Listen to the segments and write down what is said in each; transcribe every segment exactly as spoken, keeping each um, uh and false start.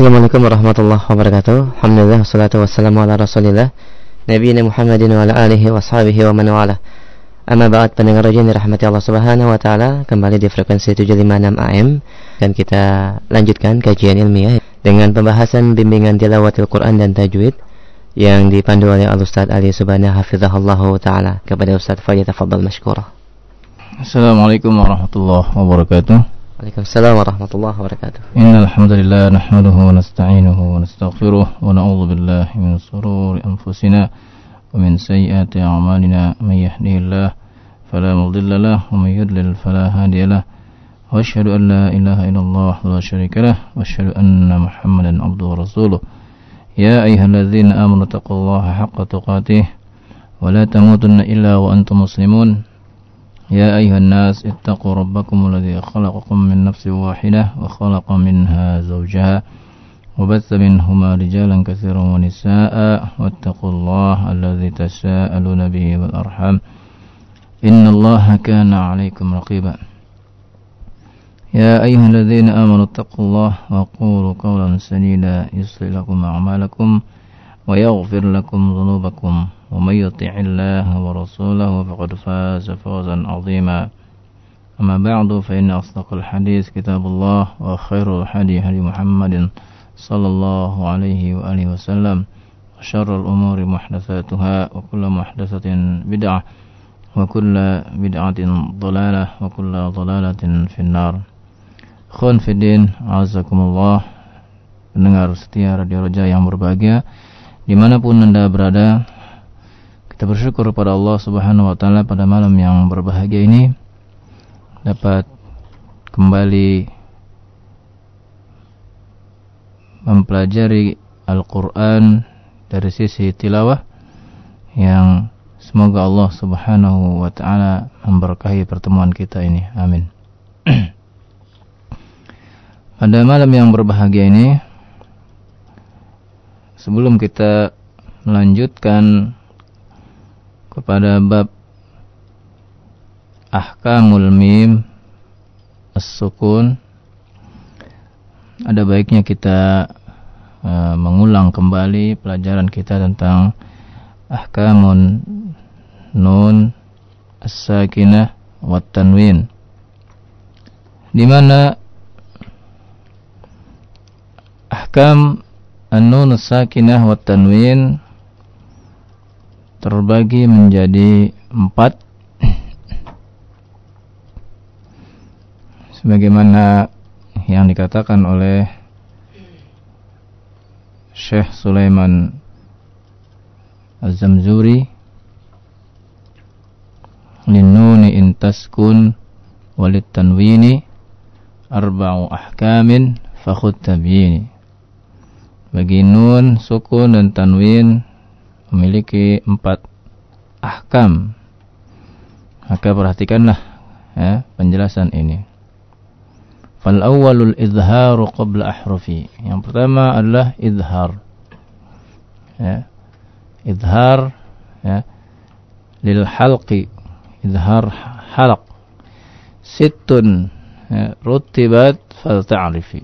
Assalamualaikum warahmatullahi wabarakatuh. Alhamdulillah wassalatu wassalamu ala Rasulillah nabiyina Muhammadin wa ala alihi wa sahbihi wa man wala. Amma ba'd, pendengar radio yang dirahmati Allah Subhanahu wa taala, kembali di frekuensi tujuh lima enam A M dan kita lanjutkan kajian ilmiah dengan pembahasan bimbingan tilawatil Quran dan tajwid yang dipandu oleh Al-Ustaz Ali Subhana hafizahullahu taala. Kepada Ustaz, falyatafaddal mashkura. Assalamualaikum warahmatullahi wabarakatuh. Waalaikumsalam warahmatullahi wabarakatuh. Innal hamdalillah nahmaduhu wa nasta'inuhu wa nastaghfiruh wa na'udzu billahi min shururi anfusina wa min sayyiati a'malina. May yahdihillahu fala mudilla lahu wa may yudlil fala hadiya lahu. Wa asyhadu an la ilaha illallah wa la syarika lahu wa asyhadu anna Muhammadan abduhu wa rasuluh. Ya ayyuhalladzina amanu taqullaha haqqa tuqatih wa la tamutunna illa wa antum muslimun. يا أيها الناس اتقوا ربكم الذي خلقكم من نفس واحدة وخلق منها زوجها وبث منهما رجالا كثيرا ونساء واتقوا الله الذي تساءلون به والأرحام إن الله كان عليكم رقيبا يا أيها الذين آمنوا اتقوا الله وقولوا قولا سديدا يصلح لكم أعمالكم ويغفر لكم ذنوبكم ومن يطع الله ورسوله فقد فاز فوزا عظيما أما بعد فإن أصدق الحديث كتاب الله وخير الهدي هدي محمد صلى الله عليه وآله وسلم وشر الأمور محدثاتها وكل محدثة بدعة وكل بدعة ضلالة وكل ضلالة في النار. Ikhwan fi din, azakumullah, pendengar setia Radio Roja yang berbahagia dimanapun Anda berada, kita bersyukur pada Allah Subhanahu wa taala pada malam yang berbahagia ini dapat kembali mempelajari Al-Qur'an dari sisi tilawah, yang semoga Allah Subhanahu wa taala memberkahi pertemuan kita ini. Amin. Pada malam yang berbahagia ini, sebelum kita melanjutkan kepada bab ahkamul mim as-sukun, ada baiknya kita uh, mengulang kembali pelajaran kita tentang ahkamun nun as-sakinah wat tanwin, di mana ahkam an-nun as-sakinah wat tanwin terbagi menjadi empat, sebagaimana yang dikatakan oleh Syekh Sulaiman Az-Zamzuri, linnuni intaskun walit tanwini arba'u ahkamin fakhud tabyini. Bagi nun, sukun dan tanwin memiliki empat ahkam, maka perhatikanlah ya, penjelasan ini. Fal awwalul izharu qabla ahrufi. Yang pertama adalah izhar. Ya. Izhar ya, lil halqi, izhar halq. Sittun ya, rutibat fal ta'rifi.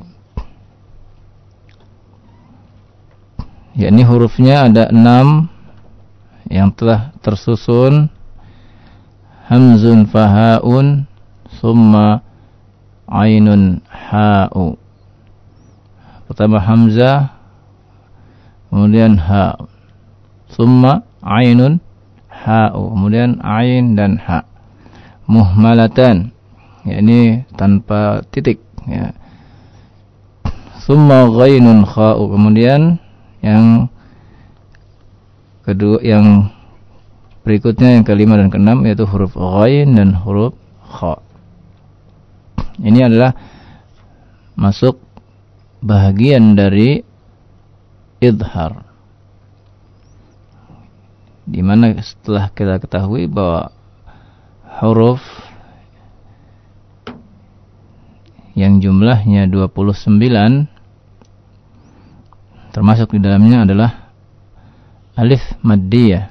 Yakni hurufnya ada enam yang telah tersusun hamzun fahaun summa ainun ha'u. Pertama hamzah, kemudian ha, summa ainun ha'u, kemudian ain dan ha. Muhmalatan, yakni tanpa titik ya. Summa ghainun kha'u, kemudian yang kedua, yang berikutnya yang kelima dan keenam yaitu huruf ghain dan huruf kha. Ini adalah masuk bahagian dari idhar, di mana setelah kita ketahui bahwa huruf yang jumlahnya dua puluh sembilan termasuk di dalamnya adalah alif maddiyah.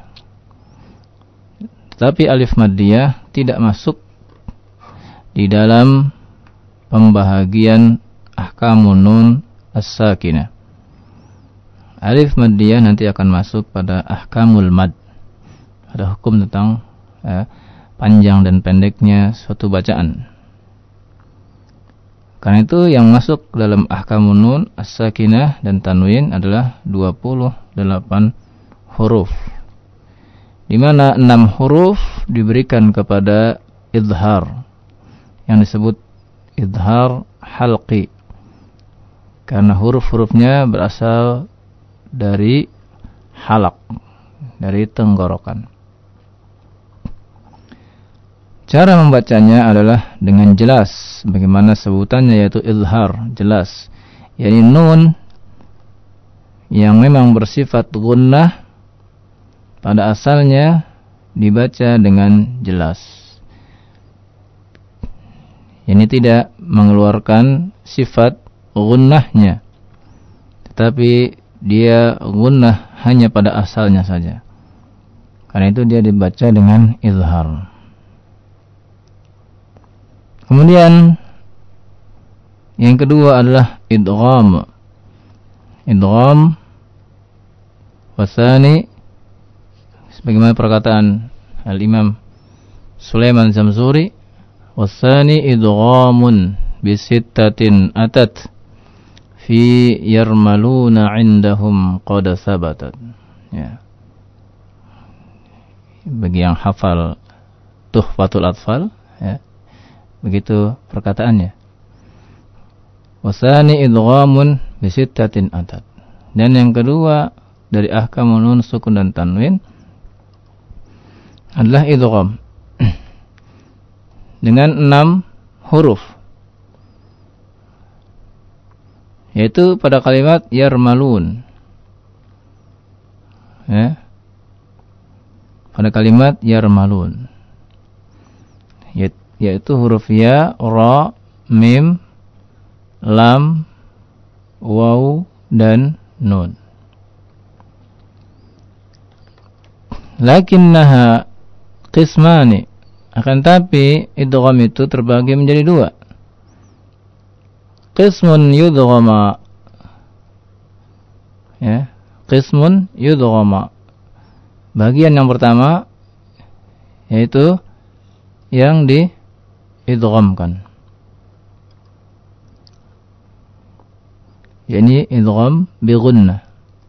Tetapi alif maddiyah tidak masuk di dalam pembahagian ahkamun nun as-sakinah. alif maddiyah nanti akan masuk pada ahkamul mad, pada hukum tentang eh, panjang dan pendeknya suatu bacaan. Karena itu yang masuk dalam ahkamun nun, as-sakinah dan tanwin adalah dua puluh delapan huruf, di mana enam huruf diberikan kepada idhar yang disebut idhar halqi, karena huruf-hurufnya berasal dari halak, dari tenggorokan. Cara membacanya adalah dengan jelas, bagaimana sebutannya, yaitu izhar, jelas. Yani nun yang memang bersifat gunnah pada asalnya dibaca dengan jelas. Yani tidak mengeluarkan sifat gunnahnya, tetapi dia gunnah hanya pada asalnya saja. Karena itu dia dibaca dengan izhar. Kemudian yang kedua adalah idgham. Idgham wasani, sebagaimana perkataan Al-Imam Sulaiman Zamzuri, wasani idghamun bisittatin atat fi yarmaluna indahum qad sabatat. Ya. Bagi yang hafal Tuhfatul Atfal, ya, begitu perkataannya. Wasani idghamun bisittatin atat. Dan yang kedua dari ahkamun nun, sukun dan tanwin adalah idgham dengan enam huruf, yaitu pada kalimat yarmalun, ya, pada kalimat yarmalun, yaitu huruf ya, ra, mim, lam, waw, dan nun. Lakinnaha qismani, akan tapi idgham itu terbagi menjadi dua. Qismun yudghama, ya, qismun yudghama, bagian yang pertama yaitu yang di idghamkan, yakni idgham bi gunnah,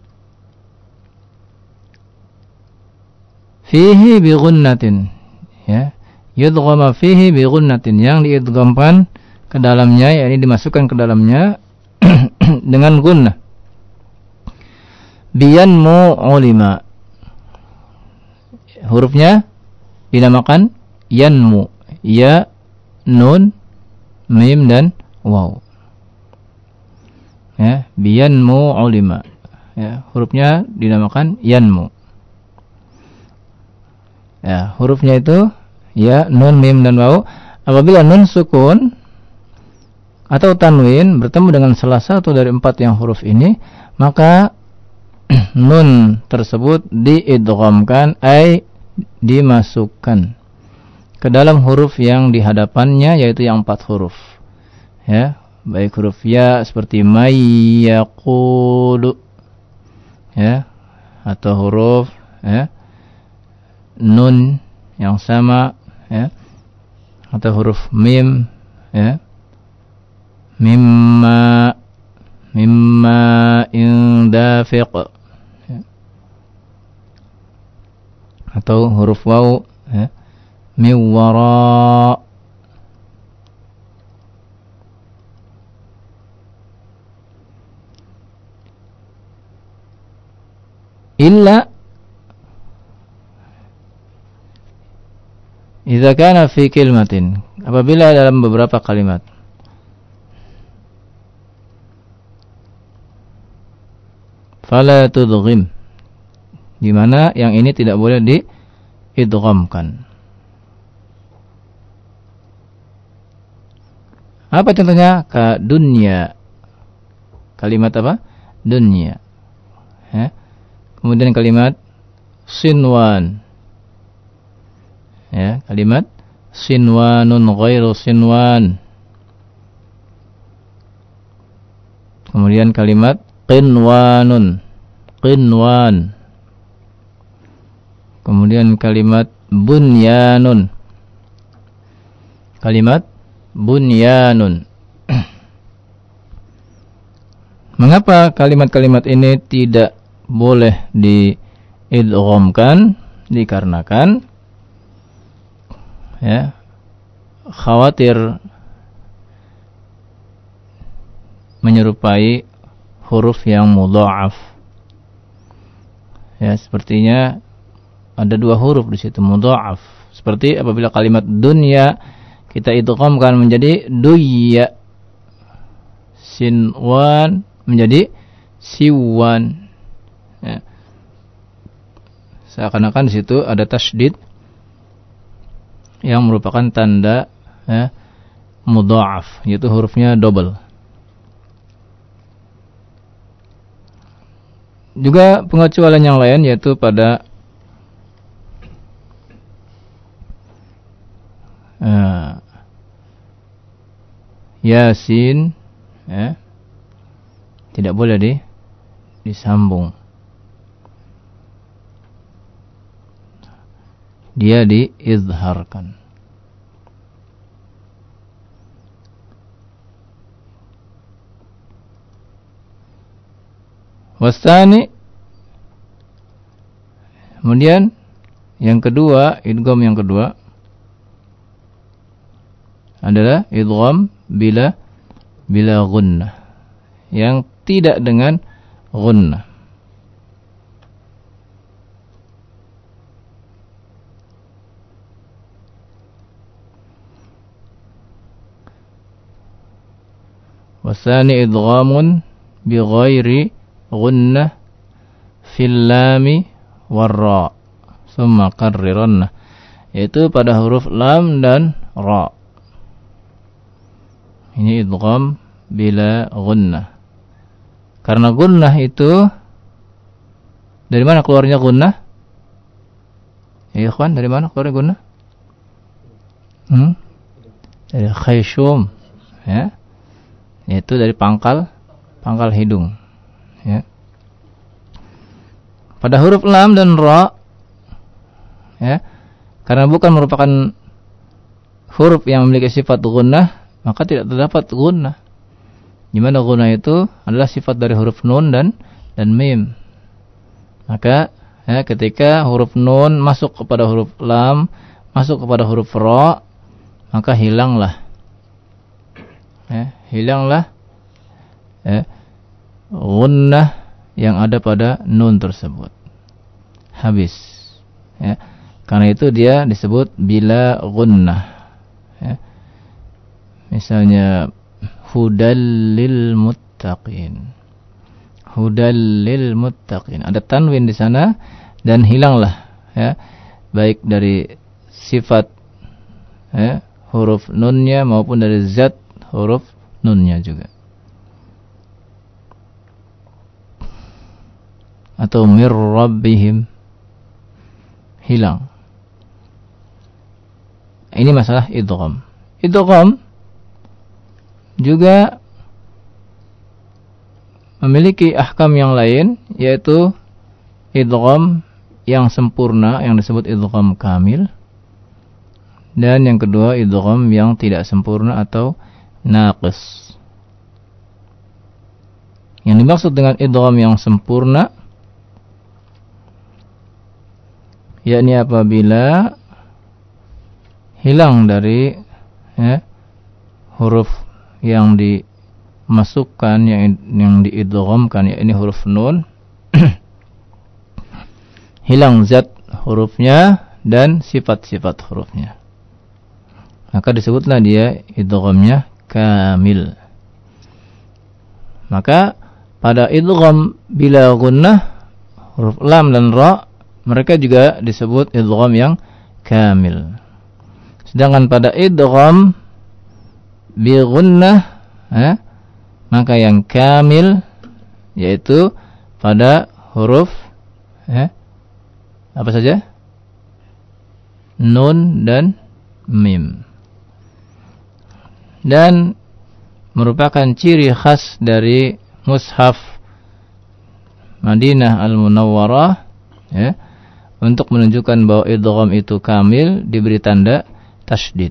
fihi bi gunnatin, ya, yudghama fihi bi gunnatin, yang diidghamkan ke dalamnya, yakni dimasukkan ke dalamnya dengan gunnah. Biyanmu ulima, hurufnya dinamakan yanmu, ya, nun, mim, dan waw. Ya, biyanmu ulima, ya, hurufnya dinamakan yanmu. Ya, hurufnya itu ya, nun, mim, dan waw. Apabila nun sukun atau tanwin bertemu dengan salah satu dari empat yang huruf ini, maka nun tersebut diidghamkan, ay dimasukkan ke dalam huruf yang di hadapannya, yaitu yang empat huruf, ya, baik huruf ya seperti may yaqulu, ya, atau huruf, ya, nun yang sama, ya, atau huruf mim, ya, mimma, mimma indafiq, ya, atau huruf waw, ya, miwara, illa idza kana fi kalimatin, apabila dalam beberapa kalimat. Fala tudghim, di mana yang ini tidak boleh diidghamkan. Apa contohnya? Ka dunya, kalimat apa? Dunya, ya. Kemudian kalimat sinwan, ya, kalimat sinwanun ghairu sinwan. Kemudian kalimat qinwanun, qinwan. Kemudian kalimat bunyanun. Kalimat bunyanun. Mengapa kalimat-kalimat ini tidak boleh diidghamkan? Dikarenakan ya, khawatir menyerupai huruf yang mudha'af. Ya, sepertinya ada dua huruf di situ mudha'af. Seperti apabila kalimat dunya kita idghamkan menjadi duyya, sinwan menjadi siwan. Ya. Seakan-akan di situ ada tasydid yang merupakan tanda ya, mudha'af, yaitu hurufnya double. Juga pengecualian yang lain yaitu pada uh, Yasin ya, tidak boleh di disambung. Dia diizharkan. Wasani, kemudian yang kedua, idgham yang kedua adalah idgham bila bila gunnah, yang tidak dengan gunnah. Wasani idghamun bi ghairi gunnah fil lami warra summa qarriranna, yaitu pada huruf lam dan ra. Ini idgham bila gunnah. Karena gunnah itu, dari mana keluarnya gunnah? Ya ikhwan, dari mana keluarnya gunnah? Hmm? Dari khayshum, ya. Yaitu dari pangkal pangkal hidung, ya. Pada huruf lam dan ra, ya, karena bukan merupakan huruf yang memiliki sifat gunnah, maka tidak terdapat gunnah. Di mana gunnah itu adalah sifat dari huruf nun dan dan mim. Maka ya, ketika huruf nun masuk kepada huruf lam, masuk kepada huruf ra, maka hilanglah ya, hilanglah ya, gunnah yang ada pada nun tersebut. Habis ya. Karena itu dia disebut bila gunnah ya. Misalnya hudal lil muttaqin, hudal lil muttaqin, ada tanwin di sana dan hilanglah ya, baik dari sifat ya, huruf nunnya maupun dari zat huruf nunnya juga. Atau mir rabbihim, hilang. Ini masalah idgham. Idgham juga memiliki ahkam yang lain, yaitu idgham yang sempurna yang disebut idgham kamil, dan yang kedua idgham yang tidak sempurna atau naqis. Yang dimaksud dengan idgham yang sempurna yakni apabila hilang dari ya, huruf yang dimasukkan, yang yang diidghamkan, yakni huruf nun, hilang zat hurufnya dan sifat-sifat hurufnya, maka disebutlah dia idghamnya kamil. Maka pada idgham bila gunnah, huruf lam dan ra, mereka juga disebut idgham yang kamil. Sedangkan pada idgham bi gunnah, eh, maka yang kamil yaitu pada huruf eh, apa saja? Nun dan mim. Dan merupakan ciri khas dari mushaf Madinah Al-Munawwarah, ya, untuk menunjukkan bahwa idgham itu kamil diberi tanda tasydid,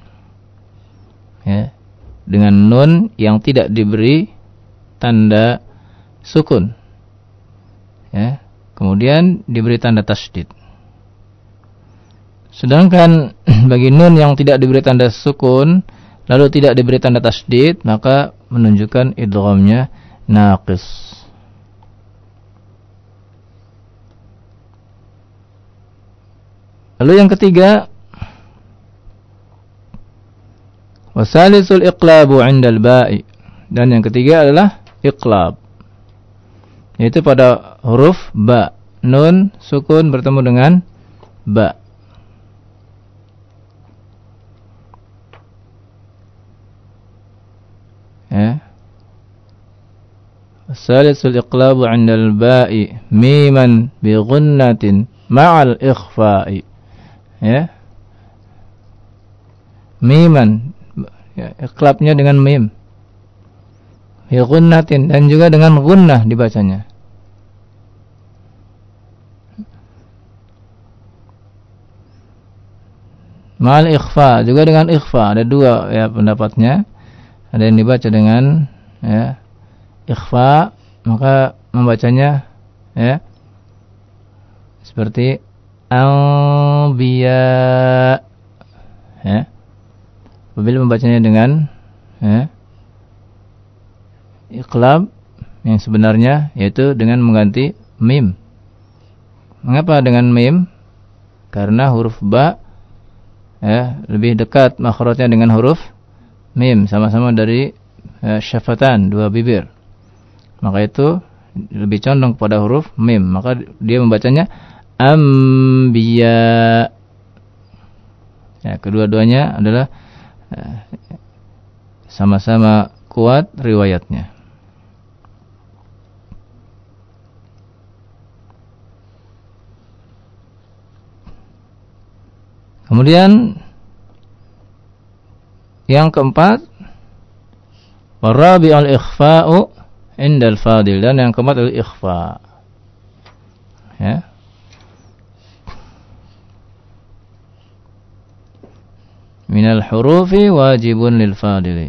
ya, dengan nun yang tidak diberi tanda sukun, ya, kemudian diberi tanda tasydid. Sedangkan bagi nun yang tidak diberi tanda sukun lalu tidak diberi tanda tasydid, maka menunjukkan idghamnya naqis. Lalu yang ketiga, wasalisul iqlabu 'indal ba'i, dan yang ketiga adalah iqlab, yaitu pada huruf ba, nun sukun bertemu dengan ba. Ya. Wasalisul iqlabu 'indal ba'i miman bi ghunnatin ma'al ikhfa'i. Ya. Miman, ya, iqlabnya dengan mim. Bi ghunnatin, dan juga dengan gunnah dibacanya. Ma'al ikhfa, juga dengan ikhfa, ada dua ya pendapatnya. Ada yang dibaca dengan ya ikhfa, maka membacanya ya seperti anbiya, ya. Apabila membacanya dengan ya iqlab yang sebenarnya, yaitu dengan mengganti mim. Mengapa dengan mim? Karena huruf ba ya lebih dekat makhrajnya dengan huruf mim, sama-sama dari uh, syafatan, dua bibir. Maka itu lebih condong pada huruf mim, maka dia membacanya anbiya. Ya, kedua-duanya adalah uh, sama-sama kuat riwayatnya. Kemudian yang keempat, warabi al-ikhfa'u indal fadil, dan yang keempat adalah ikhfa. Ya. Minal hurufi wajibun lil fadili.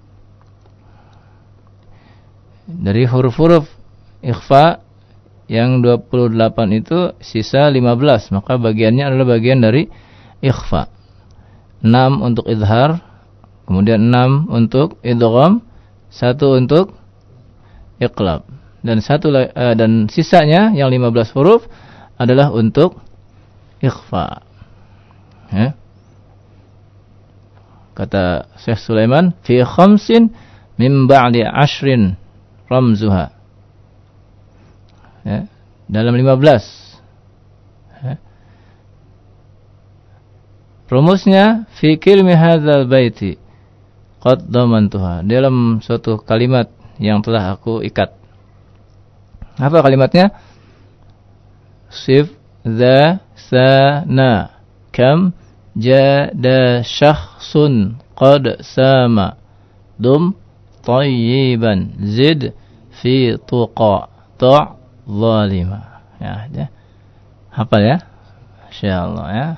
Dari huruf-huruf ikhfa yang dua puluh delapan itu sisa lima belas, maka bagiannya adalah bagian dari ikhfa. enam untuk izhar, kemudian enam untuk idgham, satu untuk iqlab, dan satu uh, dan sisanya yang lima belas huruf adalah untuk ikhfa. Ya. Kata Syekh Sulaiman, fi khamsin min ba'di ashrin ramzuha. Ya, dalam lima belas. Ya. Rumusnya fi kilmi hadzal baiti qad damantuha, dalam suatu kalimat yang telah aku ikat. Apa kalimatnya? Sif za sana kam jada syakhsun qad sama dum tayyiban zid fi tuqa ta' zalima. Ya, ya. Hafal ya? Insyaallah ya.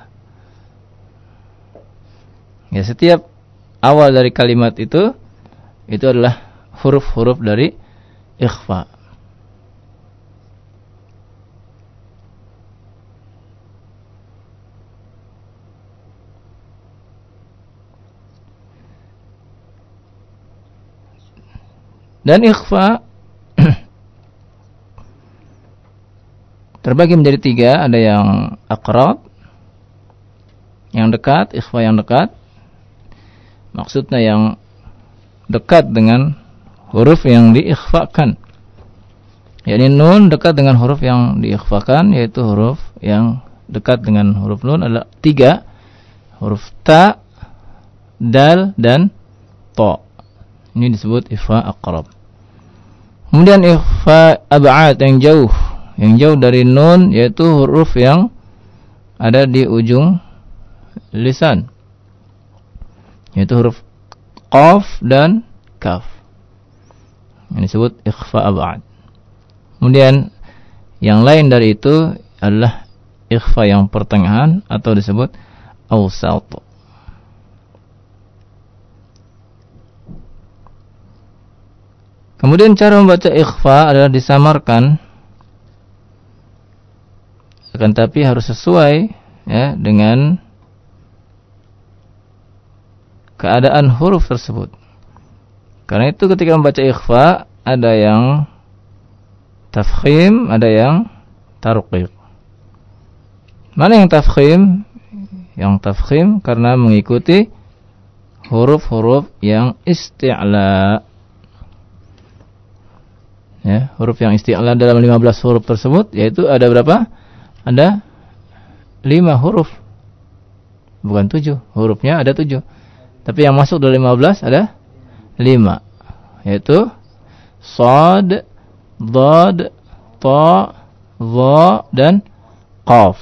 Ya, setiap awal dari kalimat itu itu adalah huruf-huruf dari ikhfa. Dan ikhfa terbagi menjadi tiga, ada yang aqrab, yang dekat, ikhfa yang dekat. Maksudnya yang dekat dengan huruf yang diikhfakan. Yakni nun dekat dengan huruf yang diikhfakan, yaitu huruf yang dekat dengan huruf nun adalah tiga. Huruf ta, dal, dan to. Ini disebut ikhfa aqrab. Kemudian ikhfa ab'ad, yang jauh. Yang jauh dari nun, yaitu huruf yang ada di ujung lisan, yaitu huruf qaf dan kaf. Ini disebut ikhfa ab'ad. Kemudian Yang lain dari itu adalah ikhfa yang pertengahan atau disebut awsat. Kemudian cara membaca ikhfa adalah disamarkan, akan tapi harus sesuai ya dengan keadaan huruf tersebut. Karena itu ketika membaca ikhfa ada yang tafkhim, ada yang tarqiq. Mana yang tafkhim? Yang tafkhim karena mengikuti huruf-huruf yang isti'la. Ya, huruf yang isti'la dalam lima belas huruf tersebut yaitu ada berapa? Ada lima huruf. Bukan tujuh, hurufnya ada tujuh. Tapi yang masuk dari lima belas ada lima. Yaitu Shad, Dhad, Ta, Dha, dan Qaf.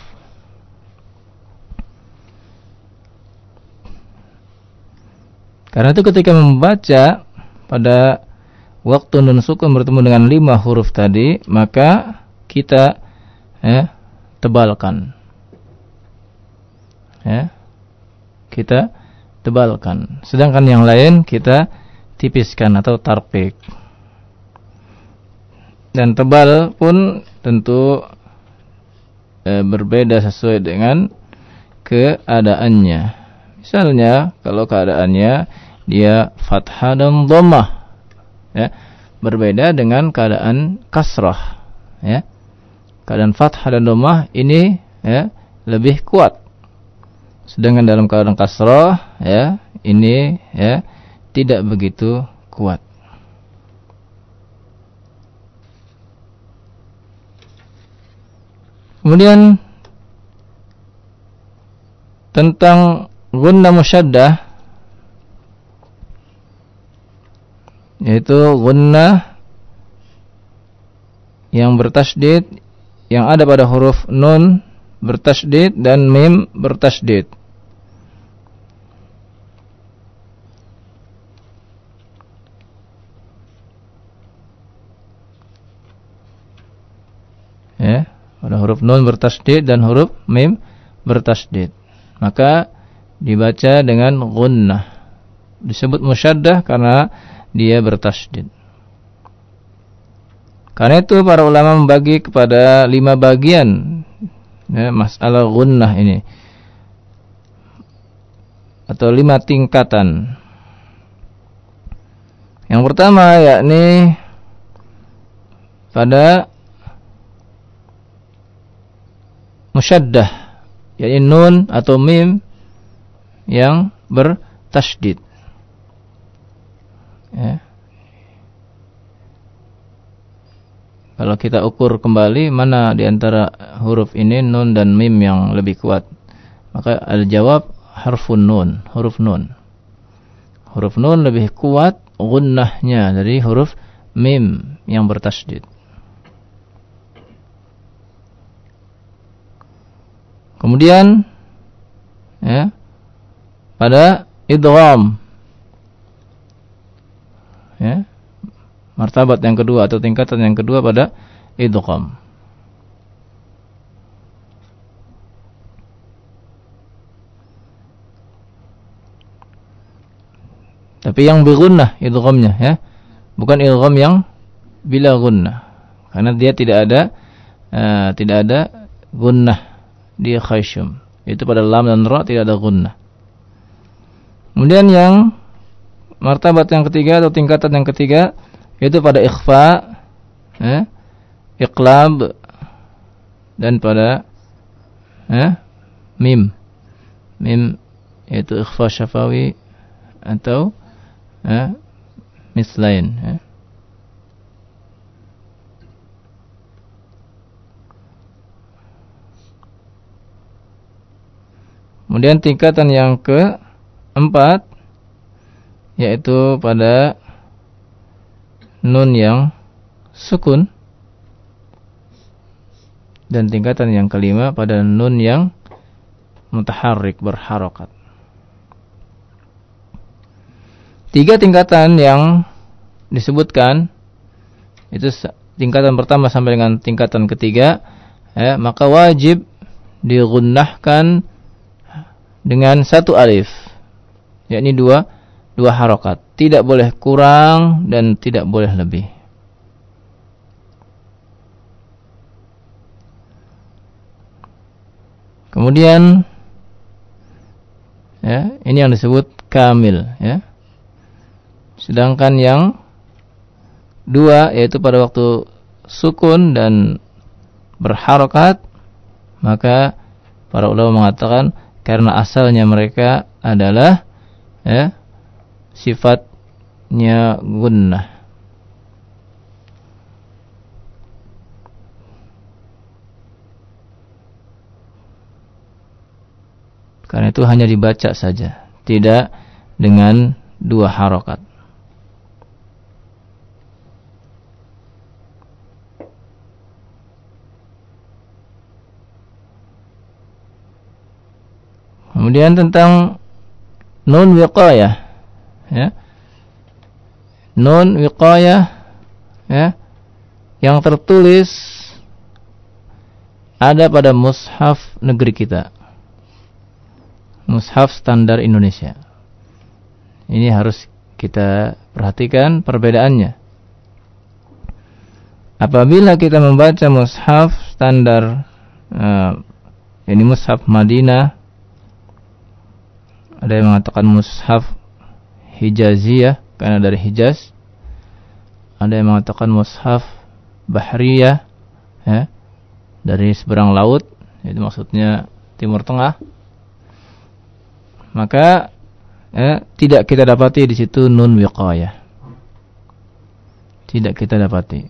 Karena itu ketika membaca pada waktu nun sukun bertemu dengan lima huruf tadi, maka kita ya, tebalkan. Ya, kita tebalkan. Sedangkan yang lain kita tipiskan atau tarqiq. Dan tebal pun tentu e, berbeda sesuai dengan keadaannya. Misalnya kalau keadaannya dia fathah dan dhammah, ya, berbeda dengan keadaan kasrah, ya. Keadaan fathah dan dhammah ini ya lebih kuat, sedangkan dalam keadaan kasrah ya ini ya tidak begitu kuat. Kemudian tentang gunnah musyaddah, yaitu gunnah yang bertasydid, yang ada pada huruf nun bertasydid dan mim bertasydid. Ya, pada huruf nun bertasydid dan huruf mim bertasydid, maka dibaca dengan gunnah. Disebut musyaddah karena dia bertasydid. Karena itu para ulama membagi kepada lima bagian ya, masalah gunnah ini, atau lima tingkatan. Yang pertama yakni pada musyaddah, yakni nun atau mim yang bertasydid. Ya. Kalau kita ukur kembali mana di antara huruf ini nun dan mim yang lebih kuat, maka ada jawab harfun nun, huruf nun. Huruf nun lebih kuat gunnahnya dari huruf mim yang bertasydid. Kemudian ya, pada idgham, ya, martabat yang kedua atau tingkatan yang kedua pada idgham. Tapi yang bergunnah idghamnya ya, bukan idgham yang bila gunnah, karena dia tidak ada uh, tidak ada gunnah di khayshum. Itu pada lam dan ra tidak ada gunnah. Kemudian yang martabat yang ketiga atau tingkatan yang ketiga yaitu pada ikhfa, eh, iqlab, dan pada eh, mim. Mim yaitu ikhfa syafawi atau eh, mislain. Eh. Kemudian tingkatan yang keempat yaitu pada nun yang sukun, dan tingkatan yang kelima pada nun yang mutaharrik, berharokat. Tiga tingkatan yang disebutkan itu tingkatan pertama sampai dengan tingkatan ketiga, ya, maka wajib digunnahkan dengan satu alif, yakni dua dua harokat. Tidak boleh kurang dan tidak boleh lebih. Kemudian, ya, ini yang disebut kamil, ya. Sedangkan yang dua, yaitu pada waktu sukun dan berharokat, maka para ulama mengatakan karena asalnya mereka adalah, ya, sifatnya gunnah. Karena itu hanya dibaca saja, tidak dengan dua harokat. Kemudian tentang nun wiqayah, ya. Nun wiqayah, ya, yang tertulis ada pada mushaf negeri kita, mushaf standar Indonesia. Ini harus kita perhatikan perbedaannya. Apabila kita membaca mushaf standar, uh, ini mushaf Madinah, ada yang mengatakan mushaf Hijaziyah karena dari Hijaz, ada yang mengatakan mushaf Bahriyah, ya, dari seberang laut, itu maksudnya Timur Tengah. Maka, ya, tidak kita dapati di situ nun wiqayah. Tidak kita dapati.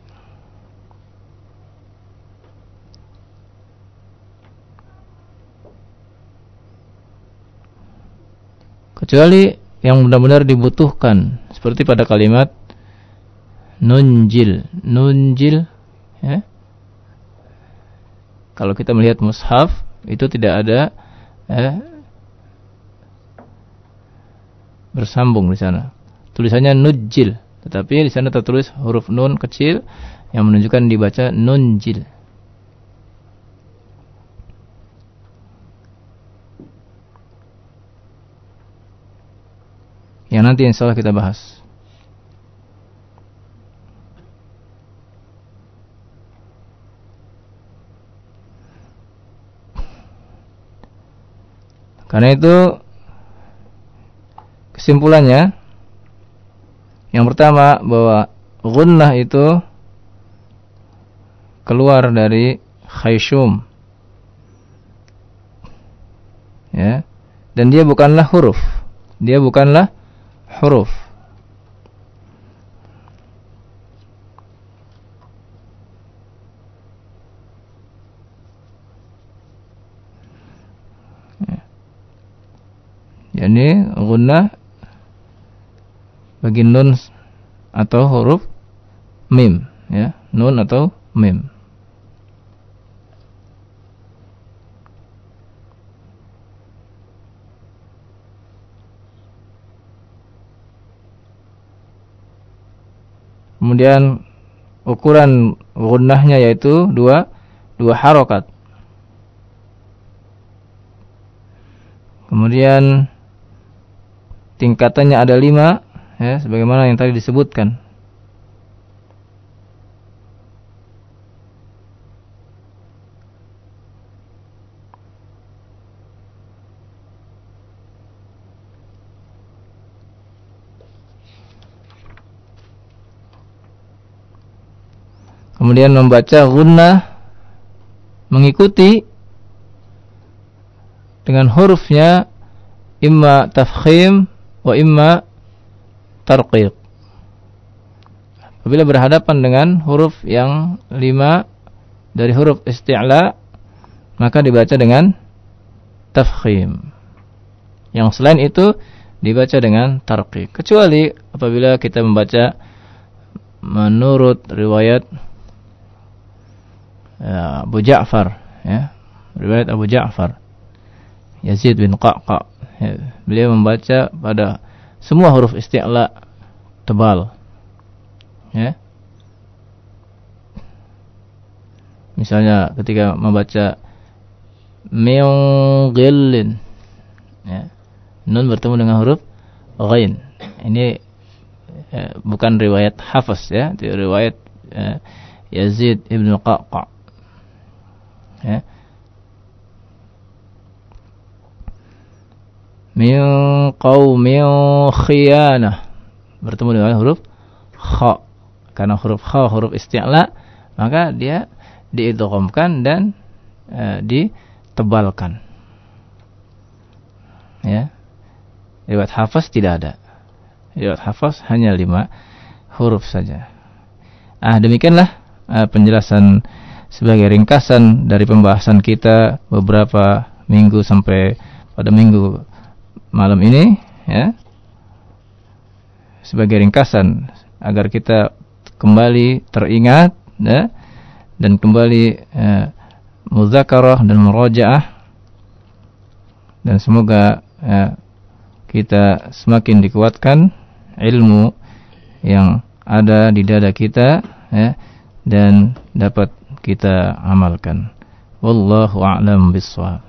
Kecuali yang benar-benar dibutuhkan, seperti pada kalimat nunjil, nunjil, ya. Kalau kita melihat mushaf itu tidak ada, ya, bersambung di sana. Tulisannya nujil, tetapi di sana tertulis huruf nun kecil yang menunjukkan dibaca nunjil. Yang nanti insyaallah kita bahas. Karena itu kesimpulannya, yang pertama bahwa gunnah itu keluar dari khayshum, ya, dan dia bukanlah huruf, dia bukanlah huruf. Yani gunnah bagi nun atau huruf mim, ya, nun atau mim. Kemudian ukuran gunnahnya yaitu dua dua harokat. Kemudian tingkatannya ada lima, ya, sebagaimana yang tadi disebutkan. Kemudian membaca gunnah mengikuti dengan hurufnya imma tafkhim wa imma tarqiq. Apabila berhadapan dengan huruf yang lima dari huruf isti'la, maka dibaca dengan tafkhim. Yang selain itu dibaca dengan tarqiq. Kecuali apabila kita membaca menurut riwayat ya, Abu Ja'far, ya, riwayat Abu Ja'far Yazid bin Qa'qa', ya, beliau membaca pada semua huruf isti'la tebal, ya. Misalnya ketika membaca min ghillin, ya, nun bertemu dengan huruf ghain. Ini eh, bukan riwayat Hafiz, ya, itu riwayat eh, Yazid ibn Qaqa. Ya. Min qaumin khiyanah bertemu dengan huruf kha. Karena huruf kha huruf isti'la, maka dia diidghamkan dan e, ditebalkan. Ya. Riwayat Hafiz tidak ada. Riwayat Hafiz hanya lima huruf saja. Ah, demikianlah e, penjelasan sebagai ringkasan dari pembahasan kita beberapa minggu sampai pada minggu malam ini, ya, sebagai ringkasan agar kita kembali teringat, ya, dan kembali eh, muzakarah dan murajaah, dan semoga eh, kita semakin dikuatkan ilmu yang ada di dada kita, ya, dan dapat kita amalkan. Wallahu a'lam bishawab.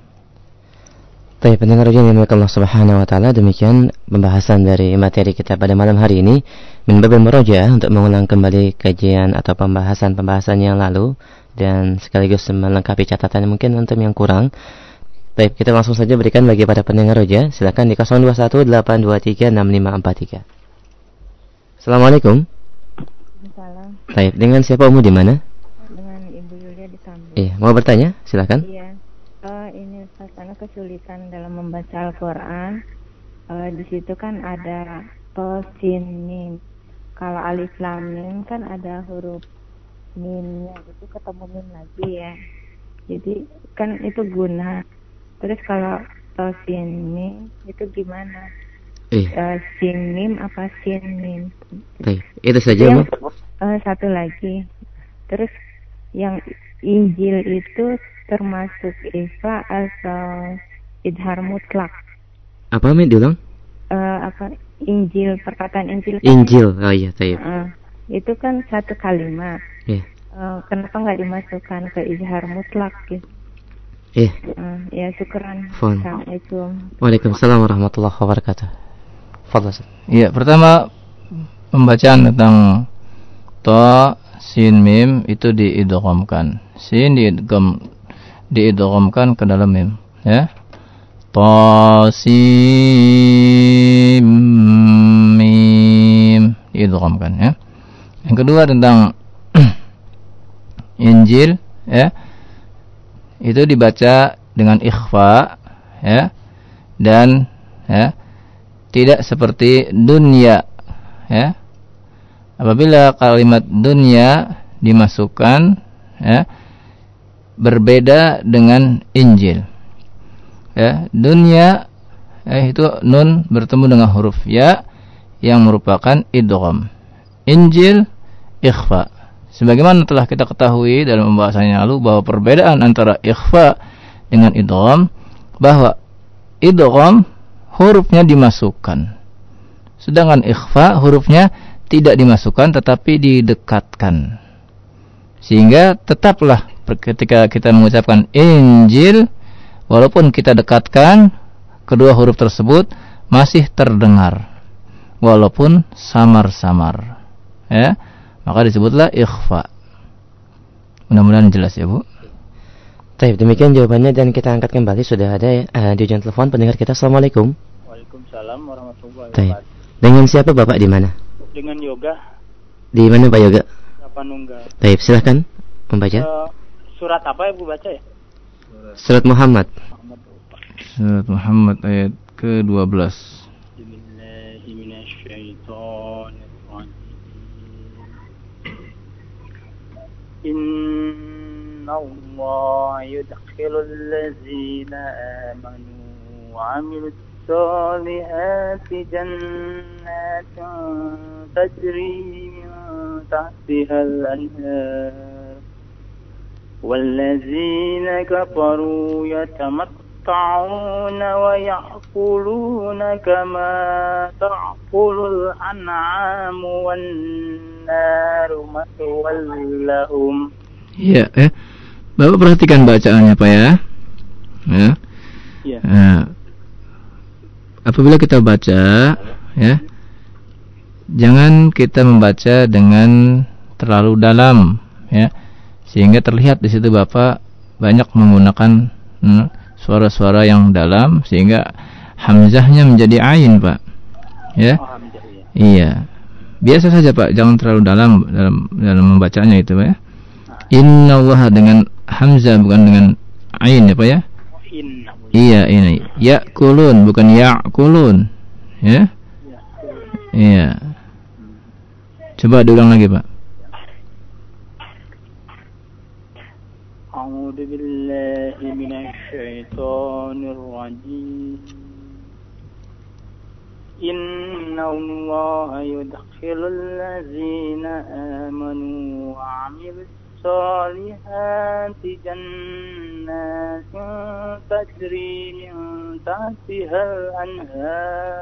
Baik, pendengar ujian yang dimuliakan Allah Subhanahu wa taala, demikian pembahasan dari materi kita pada malam hari ini min babil murajaah, untuk mengulang kembali kajian atau pembahasan-pembahasan yang lalu dan sekaligus melengkapi catatan mungkin untuk yang kurang. Baik, kita langsung saja berikan bagi para pendengar ujian. Silakan di nol dua satu delapan dua tiga enam lima empat tiga. Assalamualaikum. Salam. Baik, dengan siapa Umu di mana? Dengan Ibu Yulia di Tambun. Iya, mau bertanya? Silakan. Iya. Uh, ini karena kesulitan dalam membaca Al-Quran. Uh, di situ kan ada to, sin, mim. Kalau alif lam mim kan ada huruf mimnya, itu ketemu mim lagi ya. Jadi kan itu guna. Terus kalau to, sin, mim itu gimana? Eh. Uh, sin mim apa sin mim? Baik, itu saja yang, Bu. Uh, satu lagi. Terus yang Injil itu termasuk ikhfa atau idhar mutlak? Apa Mi diulang? Uh, apa Injil, perkataan Injil? Kan? Injil, oh iya, tayyib. Uh, itu kan satu kalimat. Iya. Uh, kenapa nggak dimasukkan ke idhar mutlak gitu? Iya. Uh, ya, syukran. Fon. Assalamualaikum. Waalaikumsalam warahmatullahi wabarakatuh. Fadhal. Iya, pertama pembacaan tentang ta, sin, mim itu diidghamkan. Sin diidgham diidghamkan ke dalam mim, ya. Ta, sin, mim diidghamkan, ya. Yang kedua tentang Injil, ya. Itu dibaca dengan ikhfa, ya. Dan ya, tidak seperti dunya, ya. Apabila kalimat dunya dimasukkan, ya, berbeda dengan Injil. Ya, dunya eh, itu nun bertemu dengan huruf ya yang merupakan idgham. Injil ikhfa. Sebagaimana telah kita ketahui dalam pembahasan yang lalu bahwa perbedaan antara ikhfa dengan idgham, bahwa idgham hurufnya dimasukkan, sedangkan ikhfa hurufnya tidak dimasukkan tetapi didekatkan. Sehingga tetaplah ketika kita mengucapkan Injil, walaupun kita dekatkan, kedua huruf tersebut masih terdengar walaupun samar-samar, ya, maka disebutlah ikhfa. Mudah-mudahan jelas ya Bu. Baik, demikian jawabannya dan kita angkat kembali. Sudah ada uh, di ujung telepon pendengar kita. Assalamualaikum. Waalaikumsalam warahmatullahi Baik. wabarakatuh. Dengan siapa Bapak di mana? Dengan Yoga. Di mana Pak Yoga? Tapanunggal. Baik, silahkan membaca. Uh, surat apa ya Bu baca ya? Surat Muhammad. Surat Muhammad ayat ke dua belas. Inna Allah yudkhilul ladzina amanu wa 'amilus solihati jannatin tajri min tahtihal anhar walladzina kafaru yatamatta'una wa ya'kuluna kama ta'kulul an'amu wan naru maswal lahum. Ya, eh. Bapak perhatikan bacaannya Pak ya. Ya. Iya. Nah, apabila kita baca, ya, jangan kita membaca dengan terlalu dalam, ya, sehingga terlihat di situ Bapak banyak menggunakan hmm, suara-suara yang dalam sehingga hamzahnya menjadi ain Pak. Ya. Oh, hamzah, ya. Iya. Biasa saja Pak, jangan terlalu dalam dalam dalam membacanya itu Pak ya. Innallaha dengan hamzah bukan dengan ain ya Pak ya. Oh, inna. Iya ini ya'kulun bukan ya'kulun ya. Iya. Coba diulang lagi Pak. A'udzu billahi minasy syaithanir rajim. Inna Allaha yudkhilul ladzina amanu wa 'amilus solihati jannatin tajri min tahtihal anhar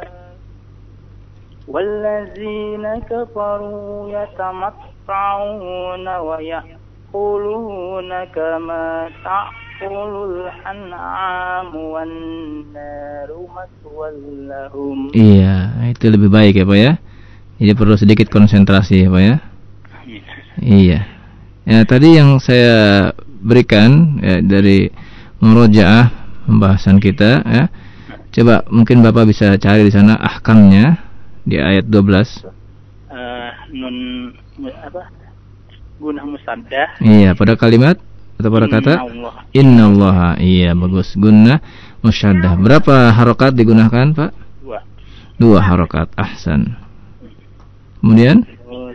wallazina kafaru yatamatta'una wa ya'kuluna kama ta'kulul an'amu wan naru maswal lahum. Iya, itu lebih baik ya Pak ya. Jadi perlu sedikit konsentrasi ya Pak ya. Iya. Ya, tadi yang saya berikan ya, dari murojaah pembahasan kita ya. Coba mungkin Bapak bisa cari di sana ahkamnya di ayat dua belas. Uh, nun apa? Gunah musaddah. Iya, pada kalimat atau pada kata innallaha. Iya, bagus. Gunah musaddah. Berapa harokat digunakan, Pak? Dua. Dua harokat. Ahsan. Kemudian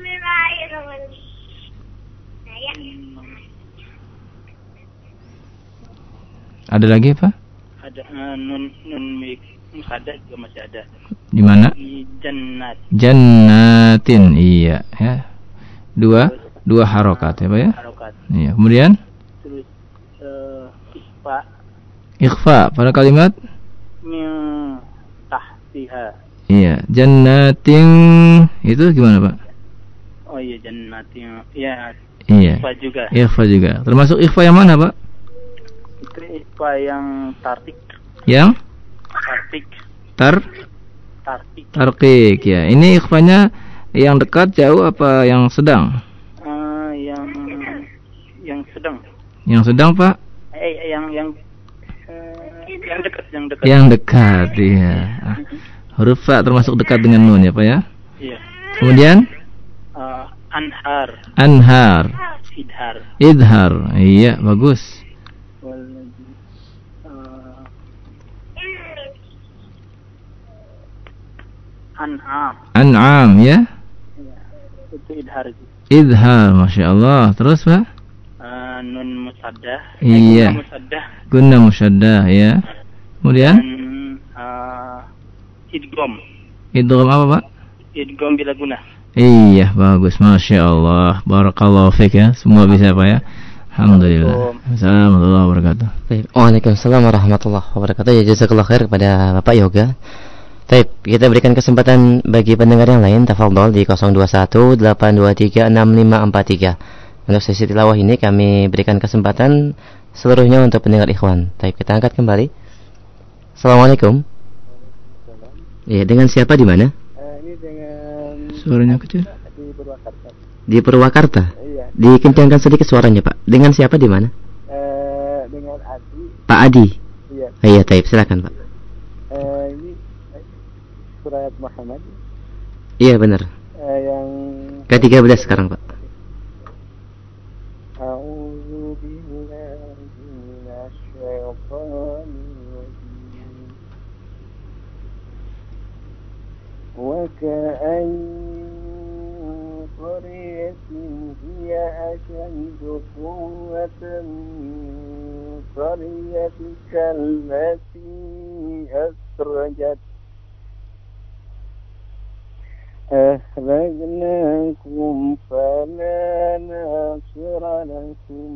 ada lagi Pak? Ada uh, nun nun musaddah juga masih ada. Di mana? Di jannat. Jannatin, iya ya. Dua dua harokat ya Pak ya? Harokat. Iya, kemudian Terus uh, ikhfa. Ikhfa pada kalimat Min tahtiha. iya, jannatin itu gimana Pak? Oh iya, jannatin. Ya. Iya. Ikhfa juga. Ikhfa juga. Termasuk ikhfa yang mana Pak? Itu ikhfa yang tartik. Yang Tartik. tar Tartik. tarkik ya. Ini ikhfanya yang dekat, jauh apa yang sedang? Uh, yang yang sedang. Yang sedang Pak? Eh yang yang uh, yang dekat, yang dekat. Yang dekat ya. Ah, huruf fa termasuk dekat dengan nun ya Pak ya. Iya. Kemudian Uh, anhar. anhar, Idhar. idhar. Iya, bagus. Uh, an'am. An'am ya. Ya, itu idhar. Idhar, masya Allah. Terus Pak? Uh, nun musaddah. Iya. Eh, musaddah. Gunna musyaddah ya. Kemudian Dan uh, idgom. idgham apa Pak? Idgom bila guna. Iya, bagus, masya Allah. Barakallahu fiik ya. Semua bisa Pak ya. Alhamdulillah. Assalamualaikum warahmatullahi wabarakatuh. Baik. Waalaikumsalam warahmatullahi wabarakatuh. Ya, jazakallahu khair kepada Bapak Yoga. Baik, kita berikan kesempatan bagi pendengar yang lain. Tafadhol di nol dua satu delapan dua tiga enam lima empat tiga. Untuk sesi tilawah ini kami berikan kesempatan seluruhnya untuk pendengar ikhwan. Baik, kita angkat kembali. Assalamualaikum. Iya, dengan siapa di mana? Ini dengan Suaranya kecil. di Purwakarta. Di Purwakarta. Iya. Dikencangkan sedikit suaranya, Pak. Dengan siapa di mana? Eh, dengan Adi. Pak Adi. Iya. Oh, iya, taib. Silakan, Pak. Eh, ini eh, surat Muhammad. Iya, benar. Eh, yang Ke tiga belas sekarang, Pak. A'udzu billahi minasy syaithanir rajim. Wa ka'ayyin qaryatin hiya ashaddu quwwatan min qaryatika allati akhrajat أخرجناكم فلا ناصر لكم.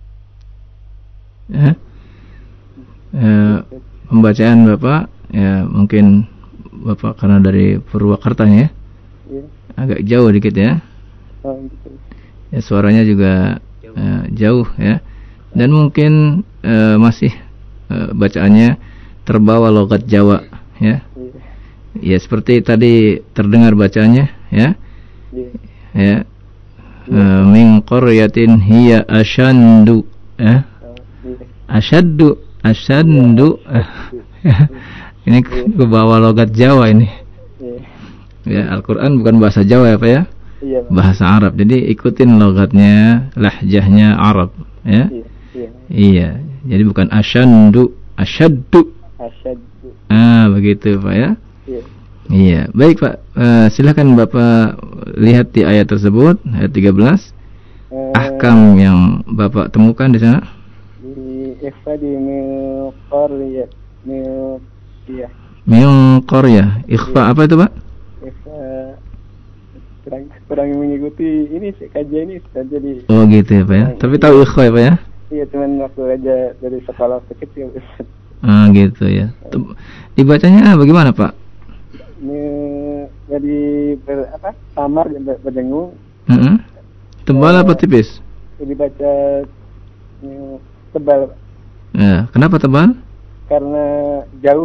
Ya. Eh, pembacaan Bapak ya mungkin Bapak karena dari Purwakarta ya. Ya. Agak jauh dikit ya. Oh, gitu. Ya suaranya juga eh, jauh ya. Dan mungkin uh, masih uh, bacaannya terbawa logat Jawa, ya. Ya seperti tadi terdengar bacaannya, ya. Ya. Uh, min qaryatin hiya ashandu, ya. Asyaddu, asyaddu. Ini ke bawah logat Jawa ini. Ya, Al-Qur'an bukan bahasa Jawa ya, Pak ya? Bahasa Arab. Jadi ikutin logatnya, lahjahnya Arab, ya. Iya, jadi bukan asyandu, asyaddu. Asyaddu. Ah, begitu Pak ya. Iya. Iya, baik Pak. Uh, silakan Bapak lihat di ayat tersebut, ayat tiga belas. Uh, Ahkam yang Bapak temukan di sana. Di ikhfadi min qaryah min ya. Min qaryah. Ikhfa apa itu Pak? Ikhfa kurang kurang mengikuti ini kajian ini jadi. Oh gitu ya Pak ya. Tapi tahu ikhfa ya Pak ya? Iya, cuman waktu aja dari sekolah kecil. Ah gitu ya. Dibacanya bagaimana Pak? Ini jadi ber, apa? Samar dan berdengung. Mm-hmm. Tebal uh, apa tipis? Dibaca ini, tebal. Ya, kenapa tebal? Karena jauh.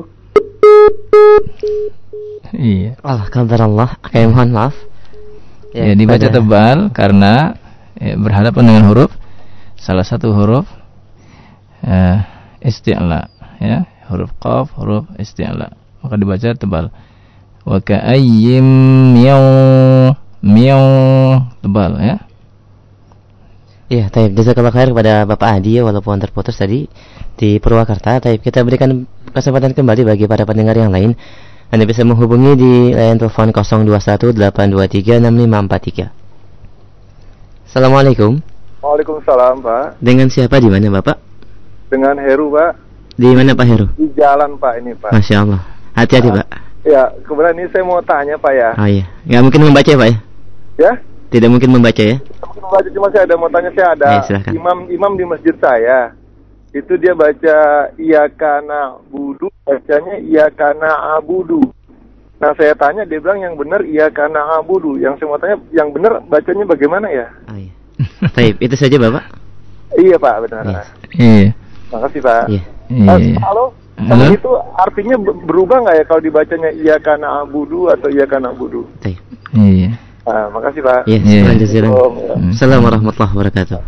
Iya. Allah qadarullah. Oke, mohon maaf. Ya, ya dibaca pada... tebal karena ya, berhadapan dengan huruf salah satu huruf uh, isti'la, ya, huruf qaf, huruf isti'la, maka dibaca tebal. Wa ka'ayyim miyaw miyaw, tebal ya. Iya, taib. Jazakallahu khair kepada Bapak Adi walaupun terputus tadi di Purwakarta. Taib, kita berikan kesempatan kembali bagi para pendengar yang lain. Anda bisa menghubungi di line telepon nol dua satu delapan dua tiga enam lima empat tiga. Assalamualaikum. Waalaikumsalam Pak. Dengan siapa, di mana Bapak? Dengan Heru Pak. Di mana Pak Heru? Di jalan Pak ini Pak. Masya Allah. Hati-hati Pak. Ya, kebetulan ini saya mau tanya Pak ya. Oh iya. Nggak mungkin membaca ya Pak ya? Ya? Tidak mungkin membaca ya? Mungkin membaca, cuma saya ada mau tanya, saya ada Ayo, imam imam di masjid saya. Itu dia baca Iyyaka na'budu, bacanya Iyyaka na'budu. Nah saya tanya, dia bilang yang benar Iyyaka na'budu. Yang saya mau tanya, yang benar bacanya bagaimana ya? Oh iya. Taib, itu saja Bapak? Iya Pak, benar. Iya. Iya. Makasih Pak. Iya. Uh, iya. Halo. Halo. Itu artinya berubah nggak ya kalau dibacanya Iyyaka na'budu atau Iyyaka na'budu? Taib. Iya. Nah, makasih Pak. Iya. Iya. Assalamualaikum warahmatullahi wabarakatuh.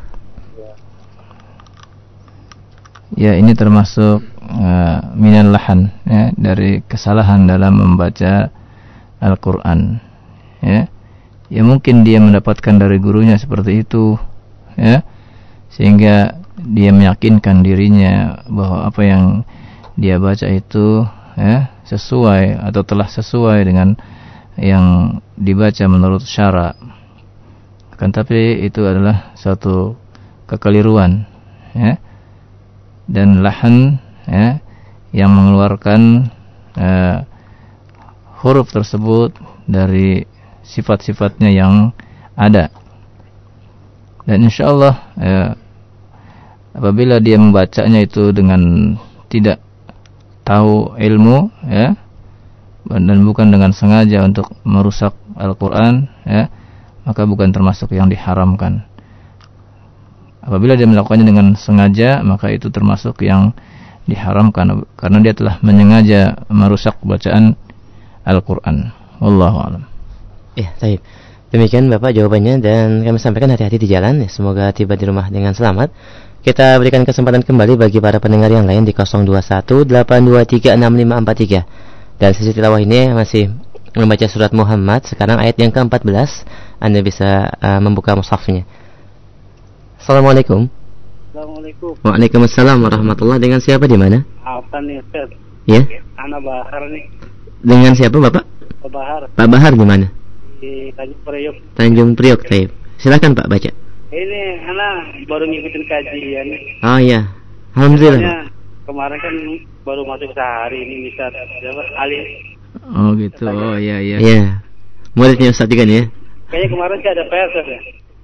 Ya, ini termasuk uh, minal lahan, ya, dari kesalahan dalam membaca Al-Qur'an, ya. Ya mungkin dia mendapatkan dari gurunya seperti itu, ya, sehingga dia meyakinkan dirinya bahwa apa yang dia baca itu, ya, sesuai atau telah sesuai dengan yang dibaca menurut syara. Kan tapi itu adalah suatu kekeliruan, ya. Dan lahan, ya, yang mengeluarkan uh, huruf tersebut dari sifat-sifatnya yang ada. Dan insyaallah ya, apabila dia membacanya itu dengan tidak tahu ilmu, ya, dan bukan dengan sengaja untuk merusak Al-Quran, ya, maka bukan termasuk yang diharamkan. Apabila dia melakukannya dengan sengaja, maka itu termasuk yang diharamkan karena dia telah menyengaja merusak bacaan Al-Quran. Wallahu a'lam. Ya, baik. Demikian Bapak jawabannya, dan kami sampaikan hati-hati di jalan, ya, semoga tiba di rumah dengan selamat. Kita berikan kesempatan kembali bagi para pendengar yang lain di nol dua satu delapan dua tiga enam lima empat tiga. Dan sesi tilawah ini masih membaca surat Muhammad, sekarang ayat yang keempat belas. Anda bisa uh, membuka mushafnya. Assalamualaikum. Assalamualaikum. Waalaikumsalam warahmatullahi. Dengan siapa, di mana? Apa nih Ustaz? Ya. Ana Bahar nih. Dengan siapa Bapak? Pak Bahar. Pak Bahar di mana? Di Tanjung Priok. Tanjung Priok, Taib. Silakan Pak baca. Ini Ana baru ngikutin kajian. Oh iya. Alhamdulillah. Soalnya kemarin kan baru masuk sehari ini bisa dapat Ali. Oh gitu. Oh iya iya. Iya. Muridnya Ustaz juga nih ya. Kayaknya kemarin sih ada P S ya.